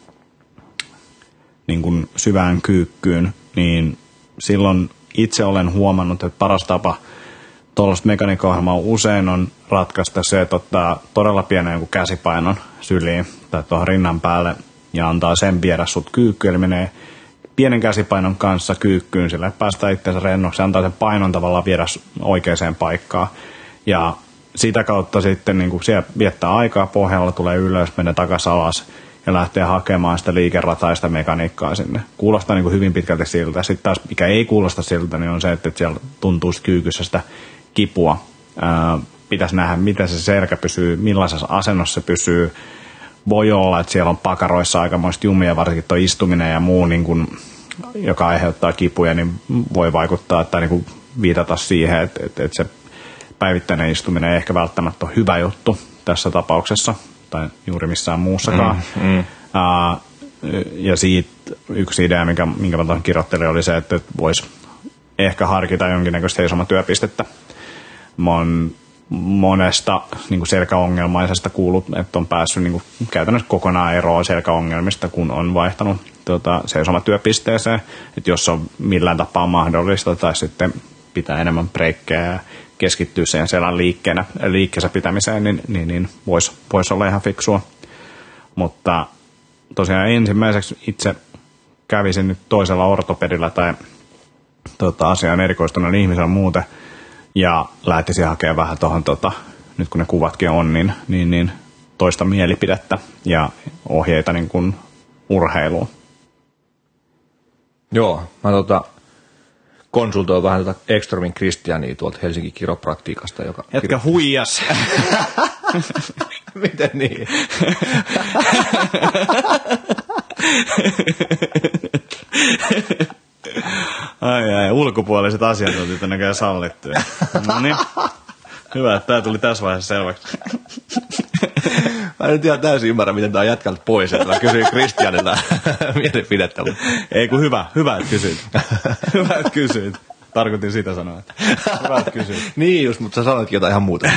niin kuin syvään kyykkyyn, niin silloin itse olen huomannut, että paras tapa tuollaista mekaniikkaohjelmaa usein on ratkaista se, että ottaa todella pienen joku käsipainon syliin tai tuohon rinnan päälle ja antaa sen viedä sut kyykkyyn, eli menee pienen käsipainon kanssa kyykkyyn, sillä päästää itseensä rennoksi ja antaa sen painon tavallaan viedä oikeaan paikkaan. Ja sitä kautta sitten niin kuin siellä viettää aikaa pohjalla, tulee ylös, menee takaisin alas ja lähtee hakemaan sitä liikerataista mekaniikkaa sinne. Kuulostaa niin kuin hyvin pitkälti siltä. Sitten taas mikä ei kuulosta siltä, niin on se, että siellä tuntuu kyykyssä sitä kipua. Ää, pitäisi nähdä, miten se selkä pysyy, millaisessa asennossa se pysyy. Voi olla, että siellä on pakaroissa aikamoista jumia, varsinkin tuo istuminen ja muu, niin kuin, joka aiheuttaa kipuja, niin voi vaikuttaa tai niin kuin viitata siihen, että, että, että se päivittäinen istuminen ei ehkä välttämättä ole hyvä juttu tässä tapauksessa tai juuri missään muussakaan. Mm, mm. Ää, ja siitä yksi idea, minkä, minkä mä tuohon kirjoittelin, oli se, että voisi ehkä harkita jonkinnäköistä seisomatyöpistettä. Mä oon monesta niin kuin selkäongelmaisesta kuullut, että on päässyt niin kuin käytännössä kokonaan eroon selkäongelmista, kun on vaihtanut tuota, seisomatyöpisteeseen. Että jos on millään tapaa mahdollista tai sitten pitää enemmän breikkejä ja keskittyä siihen selän liikkeenä, liikkeessä pitämiseen, niin, niin, niin voisi vois olla ihan fiksua. Mutta tosiaan ensimmäiseksi itse kävisin nyt toisella ortopedillä tai tota, asiaan erikoistuneen ihmisen muuten ja lähtisin hakemaan vähän tuohon, tota, nyt kun ne kuvatkin on, niin, niin, niin toista mielipidettä ja ohjeita niin kuin urheiluun. Joo, mä tota, konsultoin vähän tuota Ekströmin Kristiania tuolta Helsingin kiropraktiikasta, joka... Jätkä huijas! Miten niin? Ai ai, ulkopuoliset asiantuntijat on näköjään sallittuja. No niin, hyvä, että tämä tuli tässä vaiheessa selväksi. Mä en nyt ihan täysin ymmärrä, miten tää on jätkältä pois, että mä kysyin Kristianilta mielipidettä. Ei kun hyvä, hyvä, että kysyit. Hyvä, että kysyit. Tarkoitin sitä sanoa, että hyvä, että kysyit. Niin just, mutta sä sanoitkin jotain ihan muuta.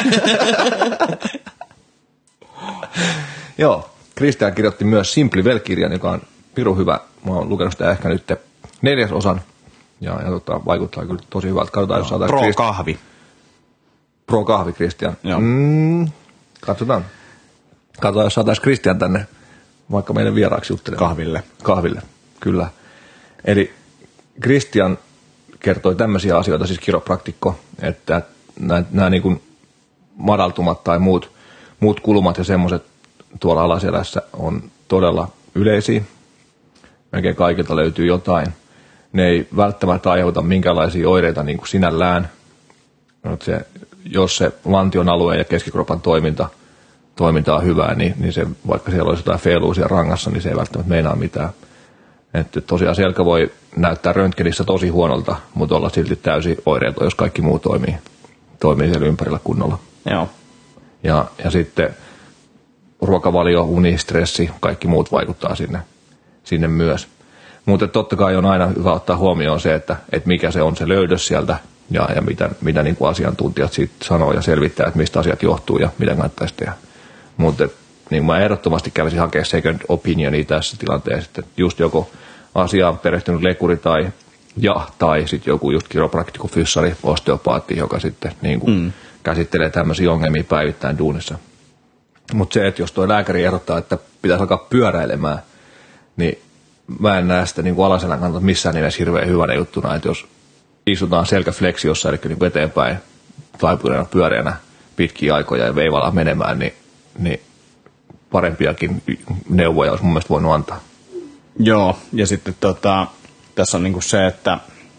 Joo, Kristian kirjoitti myös Simply Well-kirjan, joka on pirun hyvä. Mä oon lukenut sitä ehkä nyt neljäs osan. Ja, ja tota, vaikuttaa kyllä tosi hyvältä. Katsotaan, jos saataisiin... Pro-kahvi. Christ... Pro-kahvi, Kristian. Joo. Mm, katsotaan. Katsotaan, jos saataisiin Kristian tänne vaikka meidän vieraaksi juttelemaan. Kahville. Kahville, kyllä. Eli Kristian kertoi tämmöisiä asioita, siis kiropraktikko, että nämä niin kuin madaltumat tai muut, muut kulmat ja semmoiset tuolla alaselässä on todella yleisiä. Melkein kaikilta löytyy jotain. Ne ei välttämättä aiheuta minkäänlaisia oireita niin kuin sinällään. Se, jos se lantion alue ja keskikropan toiminta, toiminta on hyvää, niin, niin se, vaikka siellä olisi jotain feiluusia rangassa, niin se ei välttämättä meinaa mitään. Että tosiaan selkä voi näyttää röntgenissä tosi huonolta, mutta olla silti täysin oireeton, jos kaikki muu toimii, toimii siellä ympärillä kunnolla. Joo. Ja, ja sitten ruokavalio, uni, stressi, kaikki muut vaikuttaa sinne, sinne myös. Mutta totta kai on aina hyvä ottaa huomioon se, että, että mikä se on se löydös sieltä ja, ja mitä, mitä niin kuin asiantuntijat siitä sanoo ja selvittää, että mistä asiat johtuu ja mitä kannattaisi tehdä. Mutta niin mä ehdottomasti kävisin hakemaan second opinionia tässä tilanteessa, että just joko asiaan perehtynyt lekuri tai, ja, tai sitten joku just kiropraktikko, fyssari, osteopaatti, joka sitten niin kuin mm. käsittelee tämmöisiä ongelmia päivittäin duunissa. Mutta se, että jos tuo lääkäri ehdottaa, että pitäisi alkaa pyöräilemään, niin mä en näe sitä niin kuin alaselän kannalta missään nimessä hirveän hyvänä juttuna, että jos istutaan selkäfleksiossa, eli niin kuin eteenpäin taipuneena pyöreänä pitkiä aikoja ja veivallaan menemään, niin, niin parempiakin neuvoja olisi mun mielestä voinut antaa. Joo, ja sitten tota, tässä on niinku se, että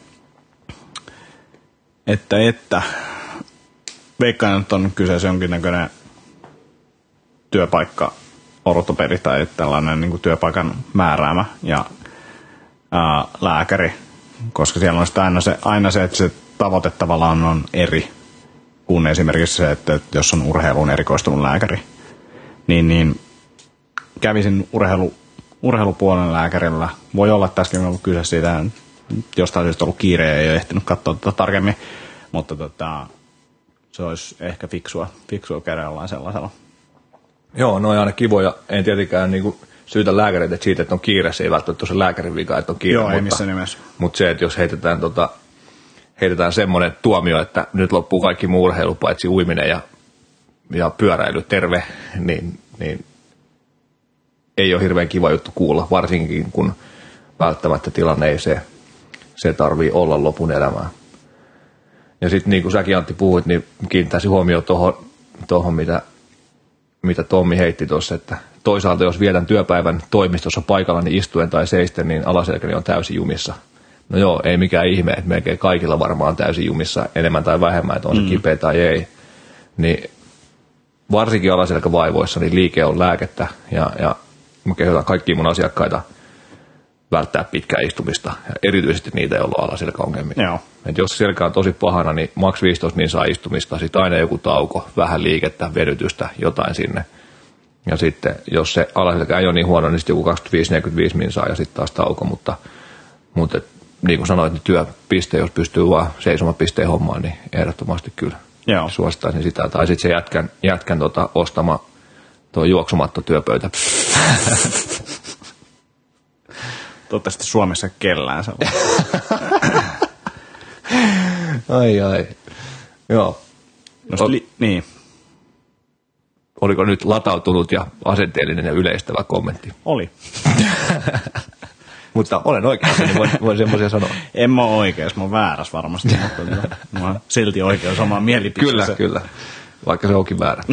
että, että veikkaan, että on kyseessä jonkinnäköinen työpaikka ortopedi tai tällainen niin kuin työpaikan määräämä ja ää, lääkäri, koska siellä on aina se, aina se, että se tavoite tavallaan on eri kuin esimerkiksi se, että, että jos on urheiluun erikoistunut lääkäri, niin, niin kävisin urheilu, urheilupuolen lääkärillä. Voi olla, että tässäkin on ollut kyse siitä, jostain syystä ollut kiire ja ei ole ehtinyt katsoa tätä tarkemmin, mutta tota, se olisi ehkä fiksua, fiksua käydä jollain sellaisella. Joo, no on aina kivoja. En tietenkään niinku syytä lääkäreitä siitä, että on kiire. Se ei välttämättä ole se lääkärin vika, että on kiire. Joo, mutta, ei missään nimessä. Mutta se, että jos heitetään, tota, heitetään semmoinen tuomio, että nyt loppuu kaikki muu urheilu, paitsi uiminen ja, ja pyöräily terve, niin, niin ei ole hirveän kiva juttu kuulla, varsinkin kun välttämättä tilanne ei se, se tarvii olla lopun elämää. Ja sitten niin kuin säkin Antti puhuit, niin kiinnittäisi huomioon tuohon, tohon, mitä, mitä Tommi heitti tuossa, että toisaalta jos viedän työpäivän toimistossa paikallani istuen tai seisten, niin alaselkäni on täysin jumissa. No joo, ei mikään ihme, että melkein kaikilla varmaan on täysin jumissa enemmän tai vähemmän, että on se mm. kipeä tai ei. Niin varsinkin alaselkävaivoissa niin liike on lääkettä ja, ja mä kehotan kaikkia mun asiakkaita välttää pitkää istumista, ja erityisesti niitä, joilla on alaselkäongelmia. Et jos selkä on tosi pahana, niin maks viisitoista min saa istumista, sitten aina joku tauko, vähän liikettä, vedytystä, jotain sinne. Ja sitten, jos se alaselkä ei ole niin huono, niin sitten joku kaksikymmentäviisi neljäkymmentäviisi min saa ja sitten taas tauko. Mutta, mutta et, niin kuin sanoit, niin työpiste, jos pystyy vaan seisomapisteen hommaan, niin ehdottomasti kyllä Joo. suosittaisin sitä. Tai sitten se jätkän, jätkän tota, ostama tuo juoksumatto työpöytä. Toivottavasti Suomessa kellään se on. ai ai. Joo. No, li- niin. Oliko nyt latautunut ja asenteellinen ja yleistävä kommentti? Oli. Mutta olen oikeassa, niin voin, voin semmoisia sanoa. En mä ole oikeassa, mä oon väärässä varmasti, mutta mä oon silti oikeassa omaan mielipiteeseen. Kyllä, kyllä. Vaikka se onkin väärä.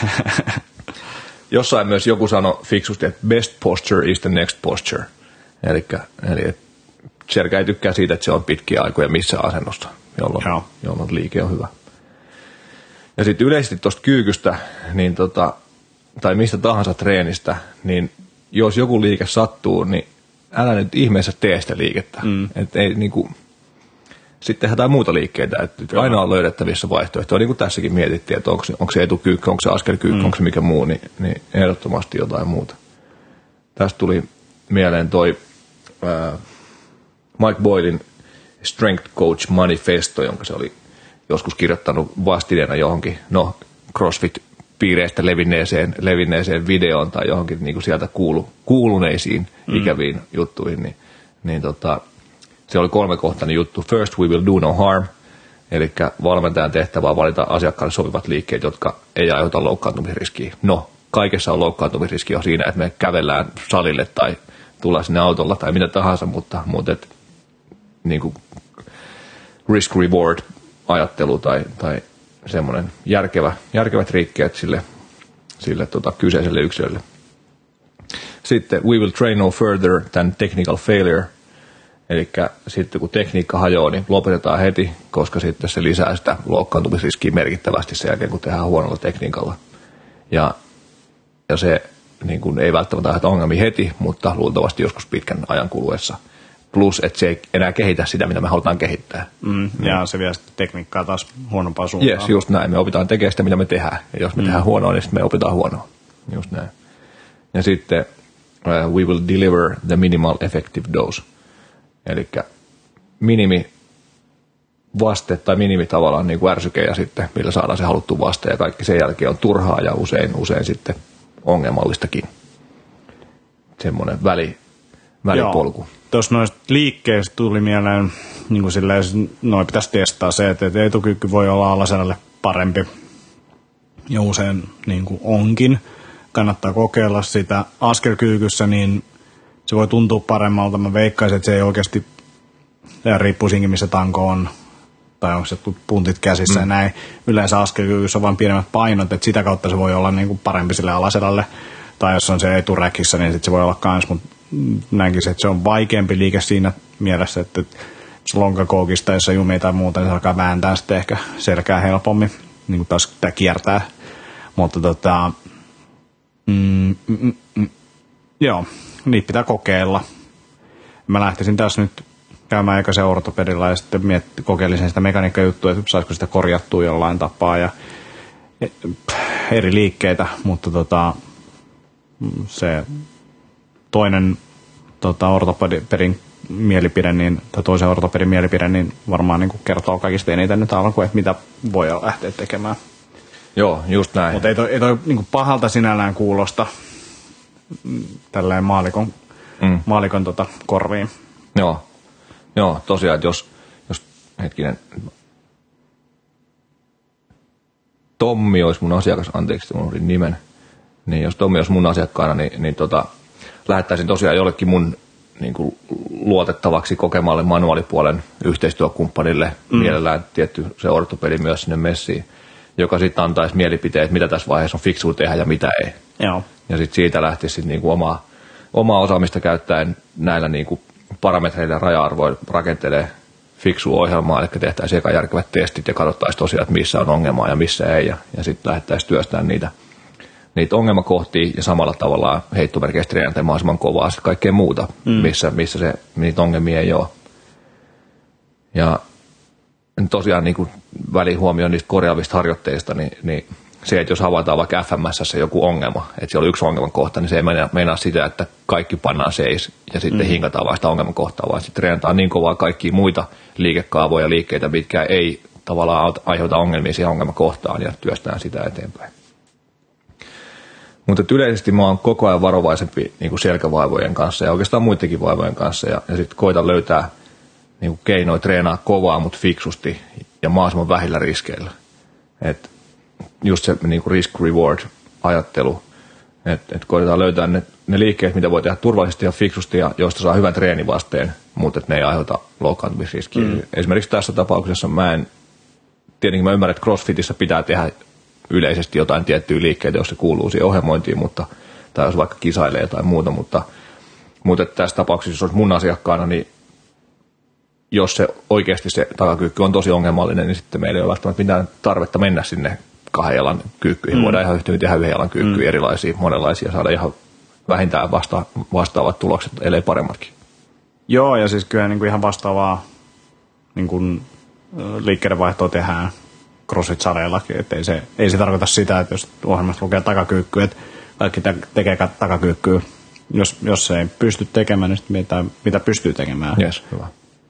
Jossain myös joku sanoi fiksusti, että best posture is the next posture. Elikkä, eli selkä ei tykkää siitä, että se on pitkiä aikoja missä asennossa, jolloin, jolloin liike on hyvä. Ja sitten yleisesti tuosta kyykystä, niin tota, tai mistä tahansa treenistä, niin jos joku liike sattuu, niin älä nyt ihmeessä tee sitä liikettä. Mm. Et ei, niinku, sitten tehdään jotain muuta liikkeitä. Et aina on löydettävissä vaihtoehtoja, niin kuin tässäkin mietittiin, että onko se, onko se etukyykky, onko se askelkyykky, mm. onko se mikä muu, niin, niin ehdottomasti jotain muuta. Tästä tuli mieleen toi äh, Mike Boylin Strength Coach Manifesto, jonka se oli joskus kirjoittanut vastineena johonkin, no CrossFit-piireistä levinneeseen, levinneeseen videoon tai johonkin niin kuin sieltä kuulu, kuuluneisiin mm. ikäviin juttuihin, niin, niin tota, se oli kolmekohtainen juttu. First we will do no harm, eli valmentajan tehtävä on valita asiakkaalle sopivat liikkeet, jotka ei aiheuta loukkaantumisriskiä. No, kaikessa on loukkaantumisriski jo siinä, että me kävellään salille tai tullaan sinne autolla tai mitä tahansa, mutta, mutta et, niin kuin risk-reward ajattelu tai, tai semmoinen järkevä, järkevät rikkeet sille, sille tota, kyseiselle yksilölle. Sitten we will train no further than technical failure. Eli sitten kun tekniikka hajoaa, niin lopetetaan heti, koska sitten se lisää sitä loukkaantumisriskiä merkittävästi sen jälkeen, kun tehdään huonolla tekniikalla. Ja, ja se niin kuin ei välttämättä aiheuta ongelmia heti, mutta luultavasti joskus pitkän ajan kuluessa. Plus, että se ei enää kehitä sitä, mitä me halutaan kehittää. Mm, ja mm. se vie sitten tekniikkaa taas huonompaan suuntaan. Yes, just näin. Me opitaan tekemään sitä, mitä me tehdään. Ja jos me mm. tehdään huonoa, niin sitten me opitaan huonoa. Just näin. Ja sitten uh, we will deliver the minimal effective dose. Eli minimi vaste tai minimi tavallaan niin kuin ärsyke ja sitten millä saadaan se haluttu vaste ja kaikki sen jälkeen on turhaa ja usein, usein sitten ongelmallistakin. Semmoinen väli, välipolku. Joo. Tuossa noista liikkeistä tuli mieleen, niin kuin silleen, noin pitäisi testaa se, että etukyykky voi olla alaselälle parempi ja usein niin kuin onkin. Kannattaa kokeilla sitä askelkyykyssä, niin se voi tuntua paremmalta. Mä veikkaisin, että se ei oikeasti, ja riippuu siinkin missä tanko on, tai onko se puntit käsissä mm. ja näin. Yleensä askelkyykyssä on vain pienemmät painot, että sitä kautta se voi olla niin kuin parempi sille alaselälle. Tai jos on se eturäkissä, niin sit se voi olla kans, mutta näinkin, että se on vaikeampi liike siinä mielessä, että jos lonkakoukista, jos jumia tai muuta, niin se alkaa vääntää sitten ehkä selkää helpommin, niin kuin taas tämä kiertää. Mutta tota, mm, mm, mm, joo, niitä pitää kokeilla. Mä lähtisin tässä nyt käymään eikä se ortopedilla ja sitten mietti, kokeilisin sitä mekaniikkajuttua, että saisiko sitä korjattua jollain tapaa ja eri liikkeitä, mutta tota, se toinen tota, ortopedin mielipide, niin, tai toisen ortopedin mielipide, niin varmaan niin kertoo kaikista eniten nyt alkuun, että mitä voi lähteä tekemään. Joo, just näin. Mutta ei toi, ei toi niin pahalta sinällään kuulosta tälleen maalikon, mm. maalikon tota, korviin. Joo, Joo tosiaan, että jos, jos hetkinen, Tommi olisi mun asiakas, anteeksi, unohdin nimen, niin jos Tommi olisi mun asiakkaana, niin, niin tota, lähettäisin tosiaan jollekin mun niin kuin luotettavaksi kokemalle manuaalipuolen yhteistyökumppanille, mm. mielellään tietty se ortopedi myös sinne messiin, joka sitten antaisi mielipiteet, mitä tässä vaiheessa on fiksua tehdä ja mitä ei. Joo. Ja sitten siitä lähtisi sit niinku omaa, omaa osaamista käyttäen näillä niinku parametreilla ja raja-arvoilla rakentelee fiksua ohjelmaa, eli tehtäisiin eka järkevät testit ja katsottaisiin tosiaan, että missä on ongelmaa ja missä ei, ja, ja sitten lähdettäisiin työstämään niitä, niitä ongelmakohtia ja samalla tavalla heittomerkeistä treenata mahdollisimman kovaa sitten kaikkea muuta, mm. missä, missä se, niitä ongelmia ei ole. Ja tosiaan niin kuin välihuomioon niistä korjaavista harjoitteista, niin, niin se, että jos havaitaan vaikka F M S:ssä joku ongelma, että siellä on yksi ongelman kohta, niin se ei meinaa, meinaa sitä, että kaikki pannaan seis ja sitten mm. hinkataan vain sitä ongelman kohtaa, vaan sitten treenataan niin kovaa kaikkia muita liikekaavoja ja liikkeitä, mitkä ei tavallaan aiheuta ongelmia siihen ongelmakohtaan ja työstään sitä eteenpäin. Mutta yleisesti mä oon koko ajan varovaisempi niin kuin selkävaivojen kanssa ja oikeastaan muidenkin vaivojen kanssa ja, ja sitten koitan löytää niin kuin keinoja treenaa kovaa, mutta fiksusti ja mahdollisimman vähillä riskeillä. Et just se niin kuin risk-reward-ajattelu, että et koitetaan löytää ne, ne liikkeet, mitä voi tehdä turvallisesti ja fiksusti ja joista saa hyvän treenivasteen, mutta että ne ei aiheuta loukkaantumisriskiä. Mm. Esimerkiksi tässä tapauksessa mä en, tietenkin mä ymmärrän, että CrossFitissä pitää tehdä yleisesti jotain tiettyä liikkeitä, jos se kuuluu siihen ohjelmointiin, mutta, tai jos vaikka kisailee jotain muuta, mutta, mutta tässä tapauksessa, jos olisi mun asiakkaana, niin jos se oikeasti se takakyykky on tosi ongelmallinen, niin sitten meillä ei ole välttämättä mitään tarvetta mennä sinne kahden jalan kyykkyihin. Mm. Voidaan ihan yhtä tehdä yhden jalan kyykkyjä, mm. erilaisia, monenlaisia, saada ihan vähintään vasta, vastaavat tulokset, ellei paremmatkin. Joo, ja siis kyllä niin kuin ihan vastaavaa niin kuin liikkeiden vaihtoa tehdään CrossFit-saleillakin, että ei se, ei se tarkoita sitä, että jos ohjelmassa lukee takakyykky, että kaikki tekee takakyykkyä. Jos, jos se ei pysty tekemään, niin sitten mitä, mitä pystyy tekemään. Yes, hyvä.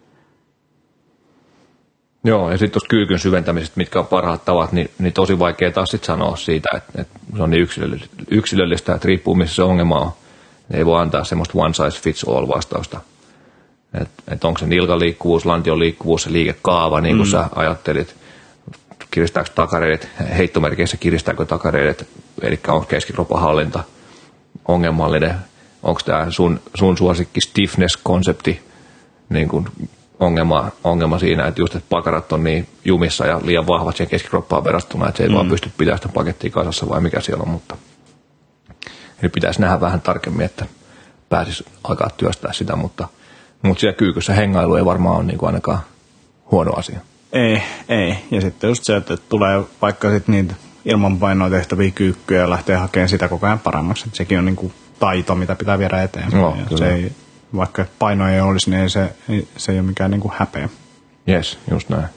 Joo, ja sitten tuossa kyykyn syventämisestä, mitkä on parhaat tavat, niin, niin tosi vaikea taas sitten sanoa siitä, että, että se on niin yksilöllistä, yksilöllistä, että riippuu missä se ongelma on. Ei voi antaa semmoista one size fits all vastausta. Että et onko se nilkan liikkuvuus, lantion liikkuvuus, se liikekaava, niin kuin mm. sä ajattelit, kiristääkö takareidet, heittomerkeissä kiristääkö takareidet, eli onko keskikropan hallinta ongelmallinen, onko tämä sun, sun suosikki stiffness-konsepti niin kuin ongelma, ongelma siinä, että just että pakarat on niin jumissa ja liian vahvat siihen keskikroppaan verrattuna, että se ei mm. vaan pysty pitämään sitä pakettia kasassa vai mikä siellä on, mutta eli pitäisi nähdä vähän tarkemmin, että pääsisi alkaa työstää sitä, mutta, mutta siellä kyykyssä hengailu ei varmaan ole niin kuin ainakaan huono asia. Ei, ei. Ja sitten just se, että tulee vaikka sitten niitä ilmanpainoa tehtäviä kyykkyjä ja lähtee hakemaan sitä koko ajan paremmaksi. Että sekin on niin kuin taito, mitä pitää viedä eteenpäin. No, se ei, vaikka paino ei olisi, niin ei se, ei, se ei ole mikään niin kuin häpeä. Jes, just näin.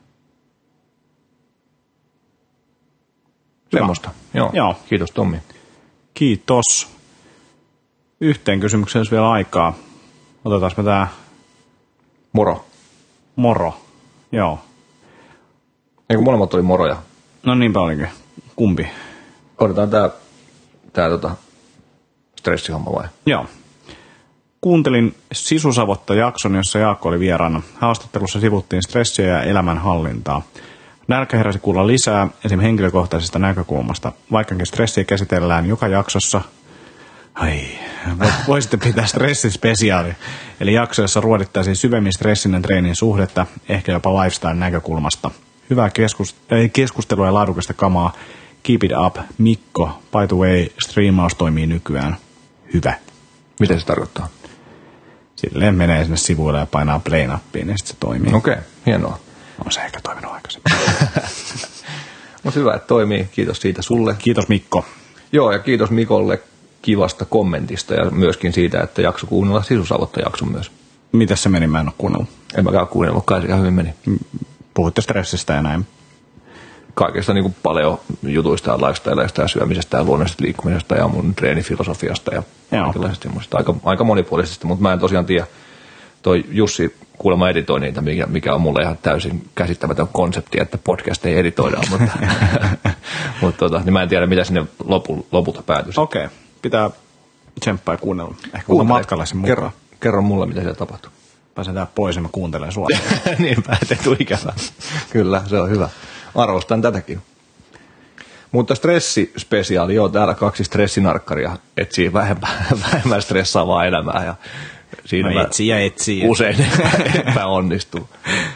Semmosta. Joo. Joo. Kiitos Tommi. Kiitos. Yhteen kysymykseen olisi vielä aikaa. Otetaan me tää... Moro. Moro. Joo. Eikö molemmat oli moroja? No niinpä olikin. Kumpi? Otetaan tää, tää tota, stressihomma vai? Joo. Kuuntelin Sisusavotta-jakson, jossa Jaakko oli vieraana. Haastattelussa sivuttiin stressiä ja elämänhallintaa. Nälkä heräsi kuulla lisää esim. Henkilökohtaisesta näkökulmasta. Vaikkakin stressiä käsitellään joka jaksossa. Ai, voisitte pitää stressispesiaali. Eli jakso, jossa ruodittaisiin syvemmin stressin ja treenin suhdetta, ehkä jopa lifestyle-näkökulmasta. Hyvää keskust- keskustelua ja laadukasta kamaa. Keep it up, Mikko. By the way, striimaus toimii nykyään. Hyvä. Miten se tarkoittaa? Silleen menee sinne sivuille ja painaa play-nappiin, niin sitten se toimii. Okei, okay, hienoa. On se ehkä toiminut aikaisemmin. Mutta hyvä, että toimii. Kiitos siitä sulle. Kiitos Mikko. Joo, ja kiitos Mikolle kivasta kommentista ja myöskin siitä, että jakso kuunnella Sisusavotta jakson myös. Mitäs se meni? Mä en ole kuunnellut. En mäkään kuunnellut, kai se ihan hyvin meni. Puhutte stressistä ja näin. Kaikesta niin kuin paljon jutuista ja lifestyleista ja syömisestä ja luonnollisesta liikkumisesta ja mun treenifilosofiasta ja kaikenlaisesta semmoisesta. Aika, aika monipuolisesti, mutta mä en tosiaan tiedä. Toi Jussi kuulemma editoi niitä, mikä, mikä on mulle ihan täysin käsittämätön konsepti, että podcast ei editoida, mutta, mutta tota, niin mä en tiedä, mitä sinne lopu, lopulta päätyisi. Okei, okay. Pitää tsemppaa ja kuunnella. Ehkä mä matkalla sen mukaan. Kerro, kerro mulle, mitä siellä tapahtuu. Pääsen tää pois ja mä kuuntelen sua. Niinpä, ettei tule ikävää. Kyllä, se on hyvä. Arvostan tätäkin. Mutta stressispesiaali, joo, täällä kaksi stressinarkkaria etsii vähemmän, vähemmän stressaavaa elämää ja siinä no etsii ja etsii. Usein epäonnistuu.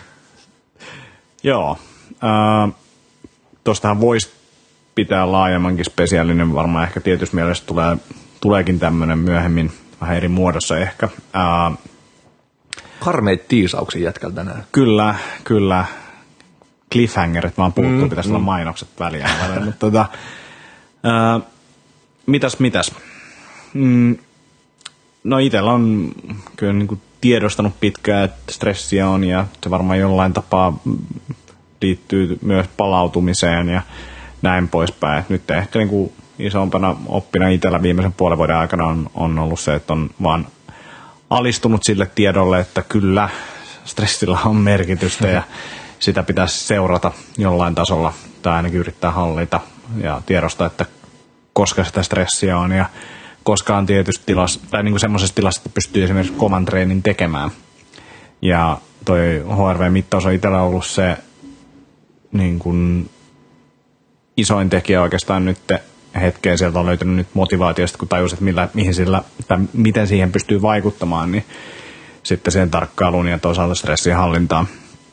Joo. Äh, Tuostahan voisi pitää laajemmankin spesiaalinen. Varmaan ehkä tietysti mielessä tulee, tuleekin tämmöinen myöhemmin vähän eri muodossa ehkä. Äh, Karmeita tiisauksia jätkältä tänään. Kyllä, kyllä. Cliffhangerit vaan puuttuu, mm, pitäisi mm. olla mainokset väliä. Mutta tota, äh, mitäs, mitäs? Mm, no itsellä on kyllä niin kuin tiedostanut pitkään, että stressiä on ja se varmaan jollain tapaa liittyy myös palautumiseen ja näin poispäin. Et nyt ehkä niin kuin isompana oppina itsellä viimeisen puolen vuoden aikana on, on ollut se, että on vaan alistunut sille tiedolle, että kyllä stressillä on merkitystä ja sitä pitäisi seurata jollain tasolla tai ainakin yrittää hallita ja tiedostaa, että koska sitä stressiä on ja koska on tietysti tilassa, tai niin kuin semmoisessa tilassa, että pystyy esimerkiksi kovan treenin tekemään. Ja toi H R V-mittaus on itsellä ollut se niin kuin isoin tekijä oikeastaan nyt hetkeen. Sieltä on löytynyt nyt motivaatiosta, kun tajusit, että millä, mihin sillä, tai miten siihen pystyy vaikuttamaan, niin sitten siihen tarkkailuun ja toisaalta stressin hallintaan.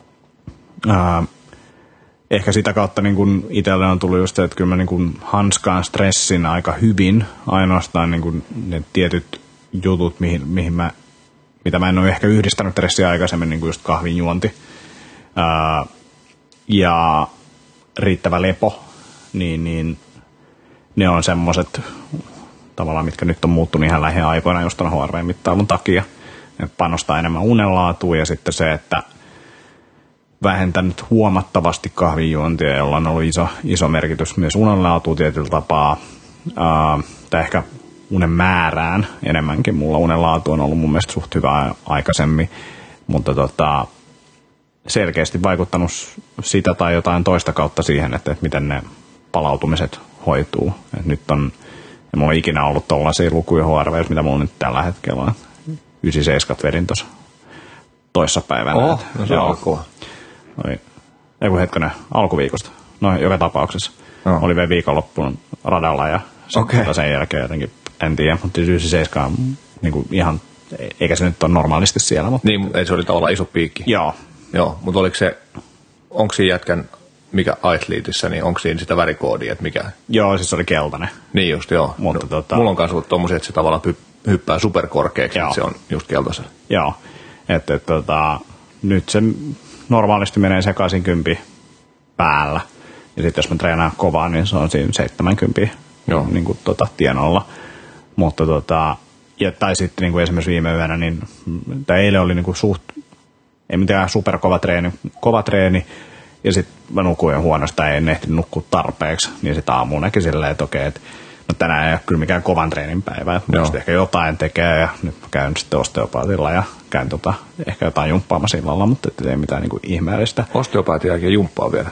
Ää, ehkä sitä kautta niin kun itselle on tullut just se, että kyllä mä niin kun hanskaan stressin aika hyvin, ainoastaan niin kun ne tietyt jutut, mihin, mihin mä, mitä mä en ole ehkä yhdistänyt stressiä aikaisemmin, niin kuin just kahvin juonti ää, ja riittävä lepo, niin, niin ne on semmoiset tavallaan, mitkä nyt on muuttunut ihan lähiaikoina just ton H R V-mittailun takia. Ne panostaa enemmän unenlaatuun ja sitten se, että vähentänyt huomattavasti kahvinjuontia, jolla on ollut iso, iso merkitys myös unenlaatuun tietyllä tapaa, ää, tai ehkä unen määrään enemmänkin. Mulla unenlaatu on ollut mun mielestä suht hyvä aikaisemmin, mutta tota, selkeästi vaikuttanut sitä tai jotain toista kautta siihen, että, että miten ne palautumiset hoituu. Et nyt on, ja mulla on ikinä ollut tollaisia lukuja H R V:ssä, mitä mulla nyt tällä hetkellä on. yhdeksänkymmentäseitsemän vedin tuossa toissapäivänä. Oh, no se on kova. Ei kun hetkinen, alkuviikosta. No joka tapauksessa. No. Oli vielä viikonloppuun radalla ja okay. sen jälkeen jotenkin, en tiedä, mutta yhdeksänkymmentäseitsemän on niin kuin ihan, eikä se nyt ole normaalisti siellä. Mutta niin, ei se oli tavallaan iso piikki. Joo. Joo, mutta oliko se, onko siinä jätkän, mikä athleteissa, niin onko siinä sitä värikoodia, että mikä? Joo, siis se oli keltainen. Niin just, joo. Mutta no, tota... Mulla on kanssa ollut tommosia, että se tavallaan hyppää superkorkeaksi, että se on just keltaisella. Joo, että et, tota, nyt se normaalisti menee se kahdeksankymmentä päällä. Ja sitten jos mä treenaan kovaa, niin se on siinä seitsemänkymmentä niin kuin, tota, tienolla. Mutta tota, ja, tai sitten niin kuin esimerkiksi viime yönä, niin tai eilen oli niin kuin suht, ei mitään superkova treeni, kova treeni. Ja sitten mä nukuin huonosti, en ehtinyt nukkua tarpeeksi. Niin sitten aamuun näki silleen, että okei, että no tänään ei ole kyllä mikään kovan treenin päivä. Että ehkä jotain tekee ja nyt mä käyn sitten osteopaatilla ja käyn tota, ehkä jotain jumppaamassa illalla, mutta ei mitään niin kuin ihmeellistä. Osteopaatin jälkeen jumppaa vielä?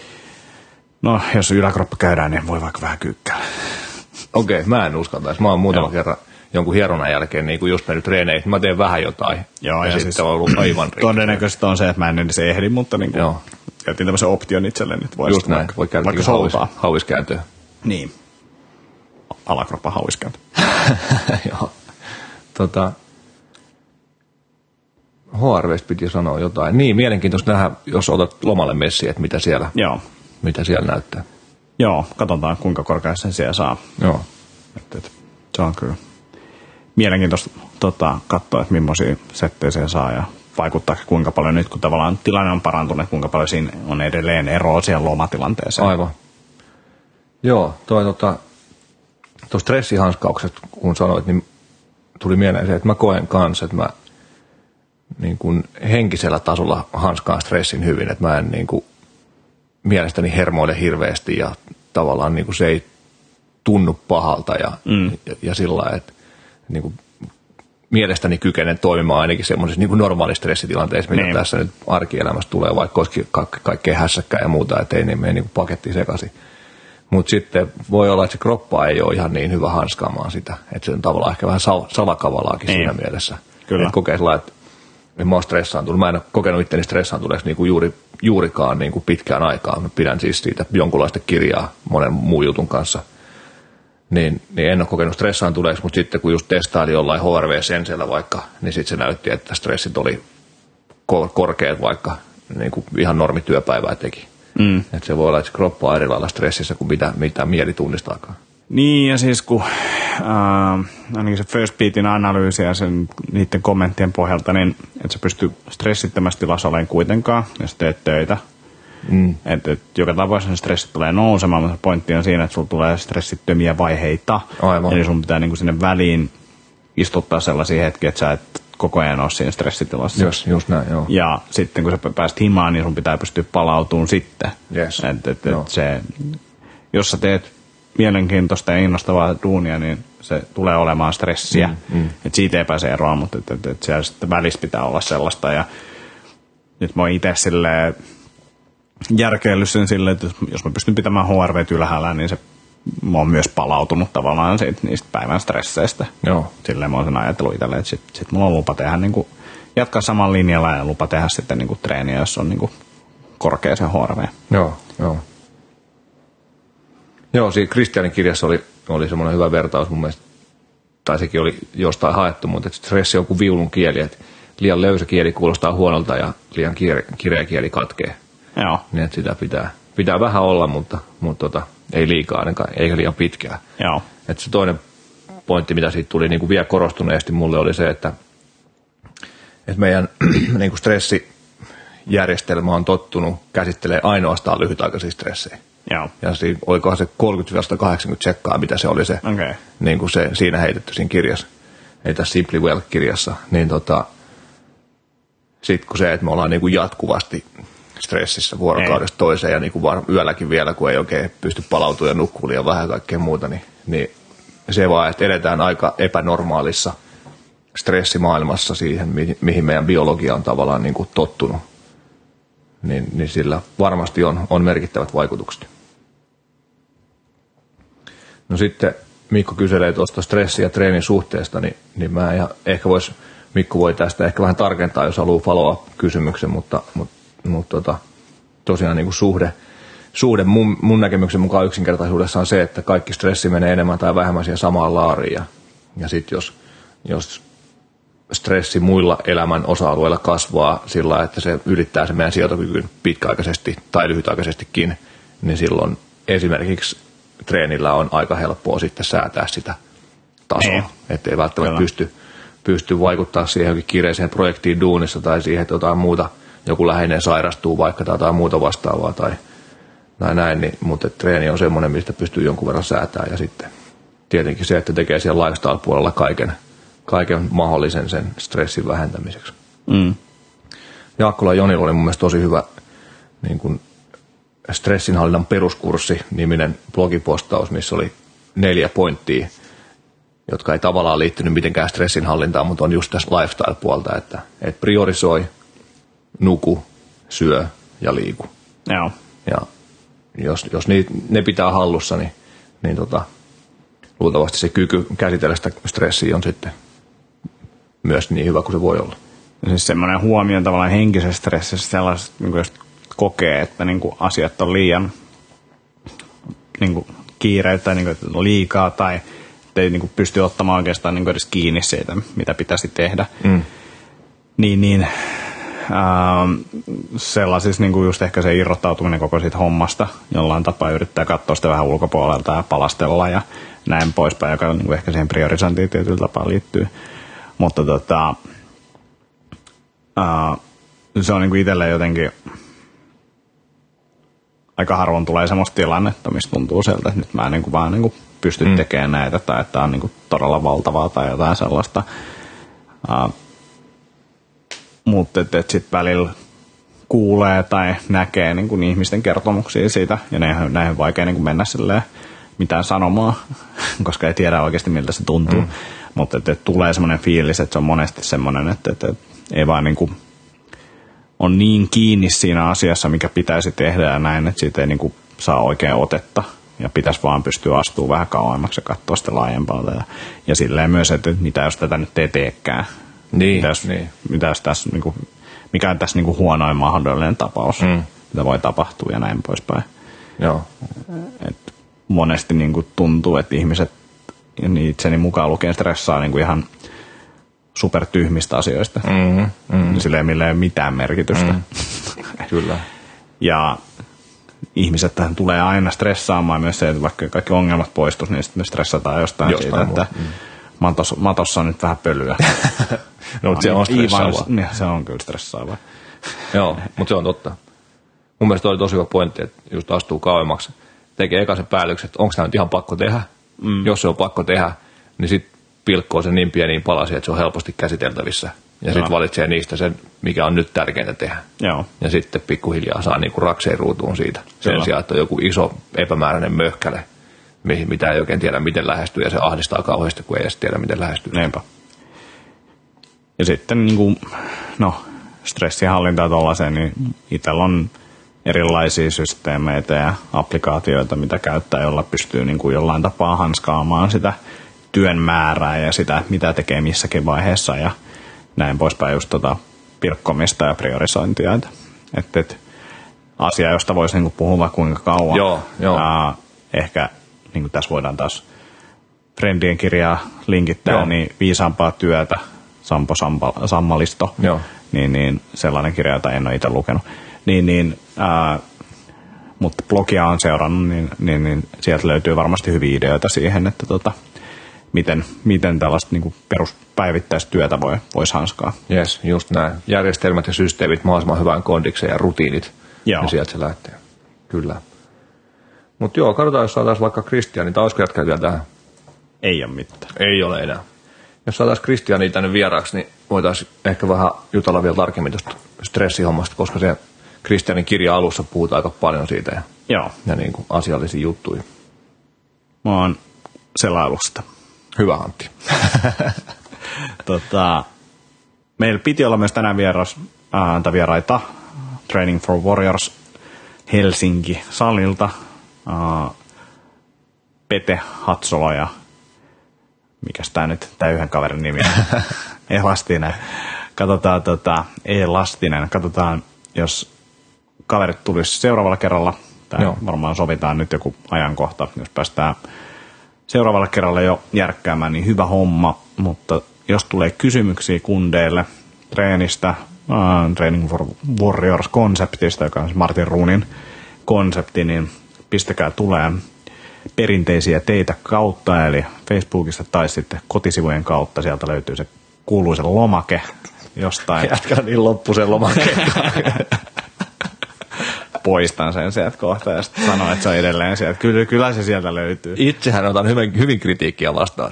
No, jos yläkroppa käydään, niin voi vaikka vähän kyykkää. Okei, okay, mä en uskaltaisi. Mä oon muutama kerran jonkun hieronnan jälkeen niin kuin just mennyt treeneihin. Mä teen vähän jotain. Joo, ja, ja sitten siis on ollut aivan rikki. Todennäköisesti on se, että mä en edes ehdi, mutta niin kuin käytiin tämmöisen option itselleni, että voisi näin, vaikka, voi käydä vaikka hauis, soutaa. Hauiskääntöä. Niin. Alakroppa hauiskääntö. Joo. Tota, H R V:stä piti sanoa jotain. Niin, mielenkiintoista nähdä, jos otat lomalle messiä, että mitä siellä, Joo. mitä siellä näyttää. Joo, katsotaan kuinka korkeasti sen siellä saa. Joo. Et, et, se on kyllä mielenkiintoista tota, katsoa, että millaisia settejä se saa ja vaikuttaa kuinka paljon nyt, kun tavallaan tilanne on parantunut, kuinka paljon siinä on edelleen eroa siihen lomatilanteeseen. Aivan. Joo, toi tota, tuo stressihanskaukset, kun sanoit, niin tuli mieleen se, että mä koen kanssa, että mä niin kuin henkisellä tasolla hanskaan stressin hyvin, että mä en niin kuin mielestäni hermoile hirveästi ja tavallaan niin kuin se ei tunnu pahalta ja, mm. ja, ja sillä lailla, että niin kuin mielestäni kykenen toimimaan ainakin semmoisessa niin kuin normaalissa stressitilanteessa, mitä niin. tässä nyt arkielämässä tulee, vaikka olisikin ka- kaikkea hässäkkää ja muuta, ettei ne mene niin kuin paketti sekaisin. Mutta sitten voi olla, että se kroppa ei ole ihan niin hyvä hanskaamaan sitä, että se on tavallaan ehkä vähän sal- salakavalaakin niin. siinä mielessä. Kyllä. Että kokee sellainen, että mä oon stressaantunut. Mä en ole kokenut itteni stressaantuneeksi niin kuin juuri, juurikaan niin kuin pitkään aikaan. Mä pidän siis siitä jonkunlaista kirjaa monen muun jutun kanssa. Niin, niin en ole kokenut stressaantuneeksi, mutta sitten kun just testaili jollain H R V-sensellä vaikka, niin sitten se näytti, että stressit oli kor- korkeat vaikka niin kuin ihan normityöpäivää teki. Mm. Että se voi olla, että se kroppa on eri lailla stressissä kuin mitä, mitä mieli tunnistaakaan. Niin, ja siis kun äh, ainakin se First Beatin analyysi ja sen, niiden kommenttien pohjalta, niin et sä pysty stressittömässä tilassa olemaan kuitenkaan, jos teet töitä. Mm. Että et, joka tapauksessa stressit tulee nousemaan, mutta pointti on siinä, että sulla tulee stressittömiä vaiheita. Aivan. Eli sun pitää niinku sinne väliin istuttaa sellaisia hetkiä, että sä et koko ajan ole siinä stressitilassa. Just, just näin, joo. Ja sitten kun sä pääset himaan, niin sun pitää pystyä palautumaan sitten. Yes. Et, et, et se, jos sä teet mielenkiintoista ja innostavaa duunia, niin se tulee olemaan stressiä. Mm, mm. Et siitä ei pääse eroon, mutta et, et, et siellä sitten välissä pitää olla sellaista. Ja nyt mä oon itse silleen järkeillyt sen silleen, että jos mä pystyn pitämään H R V:t ylhäällä, niin se mä oon myös palautunut tavallaan siitä, niistä päivän stresseistä. Joo. Silleen mä oon sen ajatellut itselleen, että sit, sit mulla on lupa tehdä, niin kuin, jatkaa saman linjalla ja lupa tehdä sitten niin kuin treeniä, jos on niin kuin korkea se H R V. Joo, joo. Joo, siinä Kristianin kirjassa oli, oli semmoinen hyvä vertaus mun mielestä, tai sekin oli jostain haettu, mutta että stressi on kuin viulun kieli, että liian löysä kieli kuulostaa huonolta ja liian kireä kieli katkee. Joo. Niin, että sitä pitää, pitää vähän olla, mutta, mutta tota, ei liikaa ainakaan, eikä liian pitkään. Joo. Että se toinen pointti, mitä siitä tuli niin kuin vielä korostuneesti mulle, oli se, että, että meidän niin kuin stressijärjestelmä on tottunut käsittelemään ainoastaan lyhytaikaisia stressejä. Joo. Ja siinä, olikohan se kolmekymmentä kahdeksankymmentä tsekkaa, mitä se oli se, okay. niin kuin se siinä heitetty siinä kirjassa, ei tässä Simply Well-kirjassa, niin tota, sitten kun se, että me ollaan niin kuin jatkuvasti stressissä vuorokaudesta ei. toiseen ja niin kuin vaan yölläkin vielä, kun ei oikein pysty palautumaan ja nukkuu liian vähän ja kaikkea muuta, niin, niin se vaan, että eletään aika epänormaalissa stressimaailmassa siihen, mihin, mihin meidän biologia on tavallaan niin kuin tottunut, niin, niin sillä varmasti on, on merkittävät vaikutukset. No sitten Mikko kyselee tuosta stressi- ja treenin suhteesta, niin, niin mä ja ehkä vois, Mikko voi tästä ehkä vähän tarkentaa, jos haluaa follow kysymyksen, mutta, mutta, mutta tota, tosiaan niin kuin suhde, suhde mun, mun näkemyksen mukaan yksinkertaisuudessa on se, että kaikki stressi menee enemmän tai vähemmän siihen samaan laariin. Ja, ja sitten jos, jos stressi muilla elämän osa-alueilla kasvaa sillä, että se ylittää se meidän sietokykyyn pitkäaikaisesti tai lyhytaikaisestikin, niin silloin esimerkiksi treenillä on aika helppoa sitten säätää sitä tasoa, ettei välttämättä pysty, pysty vaikuttaa siihen johonkin kiireiseen projektiin duunissa tai siihen, että jotain muuta, joku läheinen sairastuu vaikka tai jotain muuta vastaavaa tai, tai näin, niin, mutta treeni on semmoinen, mistä pystyy jonkun verran säätämään ja sitten tietenkin se, että tekee siellä lifestyle-puolella kaiken, kaiken mahdollisen sen stressin vähentämiseksi. Mm. Jaakkola Jonilla oli mun mielestä tosi hyvä niin kuin stressinhallinnan peruskurssi niminen blogipostaus, missä oli neljä pointtia, jotka ei tavallaan liittynyt mitenkään stressinhallintaan, mutta on just tässä lifestyle-puolta, että, että priorisoi, nuku, syö ja liiku. Joo. Ja jos, jos niitä, ne pitää hallussa, niin, niin tota, luultavasti se kyky käsitellä sitä stressiä on sitten myös niin hyvä kuin se voi olla. Ja siis semmoinen huomio tavallaan henkisessä stressissä sellaiset, niin jos kokee, että niin kuin asiat on liian niin kuin kiireitä tai niin kuin liikaa tai ei niin kuin pysty ottamaan oikeastaan niin kuin edes kiinni siitä, mitä pitäisi tehdä. Mm. Niin, niin sellaisissa niin kuin just ehkä se irrottautuminen koko siitä hommasta jollain tapaa yrittää katsoa sitä vähän ulkopuolelta ja palastella ja näin poispäin, joka niin kuin ehkä siihen priorisointiin tietyllä tapaa liittyy. Mutta tota, ää, se on niin kuin itselleen jotenkin aika harvoin tulee semmoista tilannetta, mistä tuntuu sieltä, että nyt mä en niin kuin vaan niin kuin pysty mm. tekemään näitä tai että tämä on niin kuin todella valtavaa tai jotain sellaista. Ää, mutta että et sitten välillä kuulee tai näkee niin kuin ihmisten kertomuksia siitä, ja näihin, näihin on vaikea niin kuin mennä silleen mitään sanomaan, koska ei tiedä oikeasti miltä se tuntuu. Mm. Mutta että et tulee semmoinen fiilis, että se on monesti semmoinen, että et, et ei vaan niin kuin on niin kiinni siinä asiassa, mikä pitäisi tehdä ja näin, että siitä ei niin kuin saa oikein otetta. Ja pitäisi vaan pystyä astumaan vähän kauemmaksi ja katsoa sitä laajempaa. Ja, ja silleen myös, että mitä jos tätä nyt ei teekään. Niin, mitä jos, niin. Mitä jos tässä, niin kuin, mikä on tässä niin kuin huonoin mahdollinen tapaus, mm. mitä voi tapahtua ja näin poispäin. Joo. Et monesti niin kuin tuntuu, että ihmiset, niin itseni mukaan lukien stressaa niin kuin ihan supertyhmistä asioista. Mm-hmm, mm-hmm. Silleen, millä ei ole mitään merkitystä. Mm. Kyllä. Ja ihmiset tulee aina stressaamaan myös se, että vaikka kaikki ongelmat poistuisi, niin sitten me stressataan jostain, jostain siitä, muuta. Että mm. matos, matossa on nyt vähän pölyä. No, mutta se on stressaavaa. Niin, se on kyllä stressaavaa. Joo, mutta se on totta. Mun mielestä oli tosi hyvä pointti, että just astuu kauemmaksi, tekee eka sen päällyksen, että onko tämä nyt ihan pakko tehdä. Mm. Jos se on pakko tehdä, niin sitten pilkkoo sen niin pieniin palasiin, että se on helposti käsiteltävissä. Ja sitten valitsee niistä sen, mikä on nyt tärkeintä tehdä. Joo. Ja sitten pikkuhiljaa saa niinku rakseen ruutuun siitä. Sen Joo. sijaan, että on joku iso epämääräinen möhkäle, mitä ei oikein tiedä, miten lähestyy. Ja se ahdistaa kauheasti, kun ei edes tiedä, miten lähestyy. Neipä. Ja sitten niin kuin, no, stressihallintaa tuollaiseen, niin itsellä on erilaisia systeemeitä ja applikaatioita, mitä käyttää, jolla pystyy niin kuin jollain tapaa hanskaamaan sitä työn määrää ja sitä, mitä tekee missäkin vaiheessa ja näin poispäin just tota pilkkomista ja priorisointia. Että et, et, asia, josta voisi niinku puhua vaikka kuinka kauan. Joo, joo. Ää, ehkä niin tässä voidaan taas Friendien kirjaa linkittää, joo. Niin viisaampaa työtä, Sampo Sampa, Sammalisto, joo. Niin, niin sellainen kirja, jota en ole itse lukenut. Niin, niin, ää, mutta blogia on seurannut, niin, niin, niin sieltä löytyy varmasti hyviä ideoita siihen, että tota, miten, miten tällaista niin kuin peruspäivittäistyötä voi, voisi hanskaa. Jes, just näin. Järjestelmät ja systeemit mahdollisimman hyvään kondikseen ja rutiinit. Joo. Ja sieltä se lähtee. Kyllä. Mutta joo, katsotaan, jos saataisiin vaikka Kristiani, tai olisiko jatkaa vielä tähän? Ei ole mitään. Ei ole enää. Jos saataisiin Kristiania tänne vieraaksi, niin voitaisiin ehkä vähän jutella vielä tarkemmin tuosta stressihommasta, koska se Kristianin kirja alussa puhutaan aika paljon siitä ja, joo. ja niin kuin asiallisia juttuja. Mä oon selailusta. Hyvä, Antti. tota, meillä piti olla myös tänään vieras, äh, vieraita Training for Warriors Helsinki salilta. Äh, Pete Hatsola ja mikäs tää nyt, tää yhden kaverin nimi on? Elastinen. Katsotaan, tota, ei Lastinen. Katsotaan, jos kaverit tulisi seuraavalla kerralla. Tää Joo. varmaan sovitaan nyt joku ajankohta, jos päästään seuraavalla kerralla jo järkkäämään, niin hyvä homma, mutta jos tulee kysymyksiä kundeille treenistä, uh, Training for Warriors-konseptista, joka on Martin Ruunin konsepti, niin pistäkää tulee perinteisiä teitä kautta, eli Facebookista tai sitten kotisivujen kautta, sieltä löytyy se kuuluisa lomake jostain. Jätkä niin loppu sen lomakeen. Poistan sen sieltä kohta ja sitten sanon, että se on edelleen sieltä. Kyllä, kyllä se sieltä löytyy. Itsehän otan hyvin, hyvin kritiikkiä vastaan.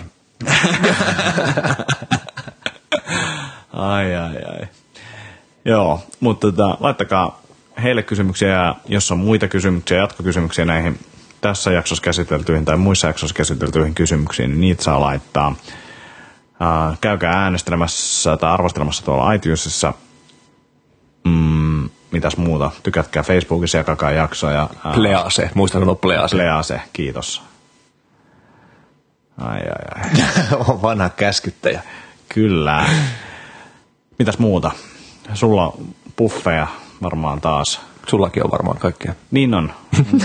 ai, ai, ai. Joo, mutta tota, laittakaa heille kysymyksiä ja jos on muita kysymyksiä, jatkokysymyksiä näihin tässä jaksossa käsiteltyihin tai muissa jaksossa käsiteltyihin kysymyksiin, niin niitä saa laittaa. Uh, käykää äänestelemässä tai arvostelemassa tuolla iTunesissa. Mm, mitäs muuta? Tykätkää Facebookissa, jakakaa jaksoja. Uh, Please. Muista sanoa Please. Please, kiitos. Ai, ai, ai. On vanha käskyttäjä. Kyllä. Mitäs muuta? Sulla on puffeja varmaan taas. Sullakin on varmaan kaikkea. Niin on.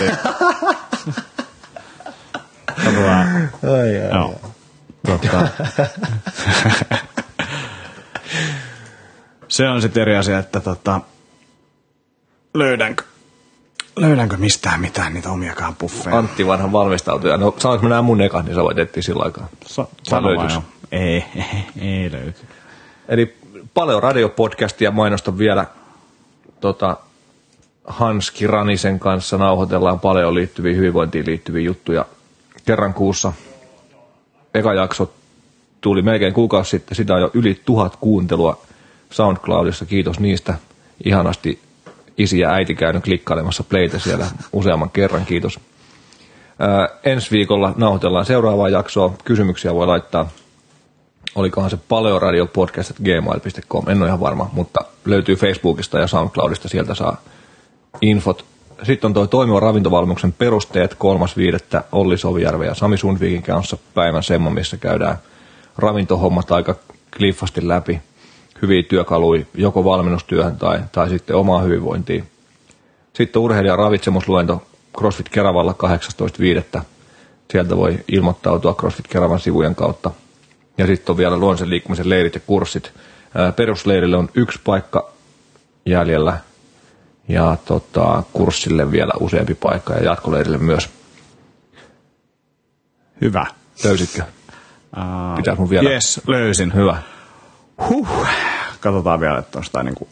Katsotaan. Ai, ai, Joo. Totta. Se on sitten eri asia, että tota, löydänkö, löydänkö mistään mitään niitä omiakaan puffeja. Antti vanhan valmistautuja. No sanoinko mä nämä mun ekat, niin sä voit etsiä sillä aikaa. Sa- sano vaan jo. Ei, ei, ei löyty. Eli paljon radiopodcastia mainosta vielä. Tota, Hanski Ranisen kanssa nauhoitellaan paljon liittyviä, hyvinvointiin liittyviä juttuja kerran kuussa. Eka jakso tuli melkein kuukausi sitten, sitä on jo yli tuhat kuuntelua SoundCloudissa, kiitos niistä. Ihanasti isi ja äiti käynyt klikkailemassa playtä siellä useamman kerran, kiitos. Ää, ensi viikolla nauhoitellaan seuraavaa jaksoa, kysymyksiä voi laittaa. Olikohan se paleoradiopodcast at gmail piste com, en ole ihan varma, mutta löytyy Facebookista ja SoundCloudista, sieltä saa infot. Sitten on tuo toimivan ravintovalmennuksen perusteet, kolmas viidettä Olli Sovijärve ja Sami Sundvikin kanssa päivän semmo, missä käydään ravintohommat aika kliffasti läpi. Hyviä työkaluja joko valmennustyöhön tai, tai sitten omaa hyvinvointiin. Sitten urheilijan ravitsemusluento CrossFit Keravalla kahdeksastoista viidettä Sieltä voi ilmoittautua CrossFit Keravan sivujen kautta. Ja sitten on vielä luonnollisen liikkumisen leirit ja kurssit. Perusleirille on yksi paikka jäljellä ja tota, kurssille vielä useampi paikka ja jatkoleirille myös. Hyvä. Löysitkö? Uh, Pitäis mun vielä? Yes, löysin. Hyvä. Huh. Katsotaan vielä, että on sitä niinku...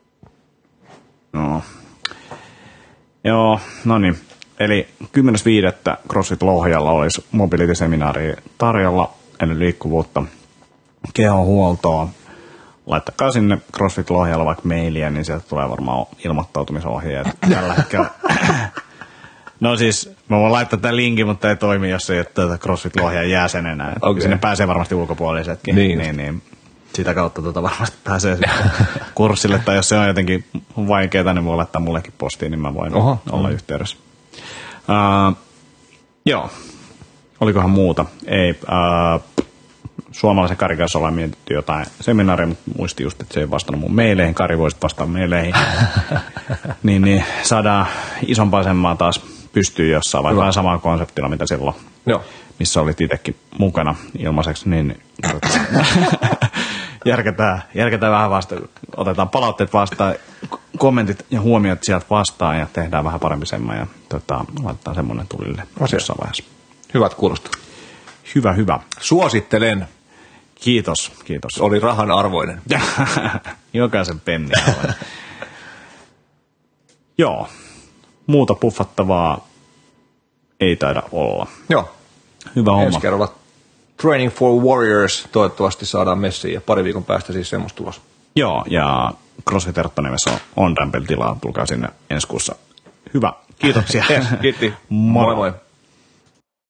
No. Joo, no niin. Eli kymmenes viidettä CrossFit Lohjalla olisi mobility-seminaari tarjolla, eli liikkuvuutta, kehohuoltoa. Laittakaa sinne CrossFit Lohjalla vaikka mailia, niin sieltä tulee varmaan ilmoittautumisohjeet tällä hetkellä. No siis, mä voin laittaa tämän linkin, mutta ei toimi, jos ei ole tätä CrossFit Lohjan jäsenenä. Okay. Sinne pääsee varmasti ulkopuolisetkin. Niin. niin, niin sitä kautta tuota varmasti pääsee kurssille. Tai jos se on jotenkin vaikeaa, niin voi laittaa mullekin postiin, niin mä voin Oho. olla mm. yhteydessä. Uh, joo. Olikohan muuta? Ei. Uh, suomalaisen Kari kanssa ollaan mietitty jotain seminaaria, mutta muistin just, että se ei vastannut mun meileihin. Kari voisi vastata meileihin. niin, niin saadaan isompaa semmaa taas pystyy jossain vai vähän samalla konseptilla, mitä silloin, Joo. missä olit itsekin mukana ilmaiseksi, niin järketään, järketään vähän vasta, otetaan palautteet vastaan, kommentit ja huomiot sieltä vastaan ja tehdään vähän parempi semmoinen ja tota, laitetaan semmoinen tulille jossain vaiheessa. Hyvät kuulostaa. Hyvä, hyvä. Suosittelen. Kiitos, kiitos. Oli rahan arvoinen. Jokaisen pennin arvoinen. Joo. Muuta puffattavaa ei taida olla. Joo. Hyvä homma. Ensi kerralla Training for Warriors. Toivottavasti saadaan messiin ja pari viikon päästä siis semmoista tulos. Joo, ja CrossFit Erttonimessä on on-rampel tilaa. Tulkaa sinne ensi kuussa. Hyvä. Kiitoksia. Yes, kiitti. Moi moi. moi.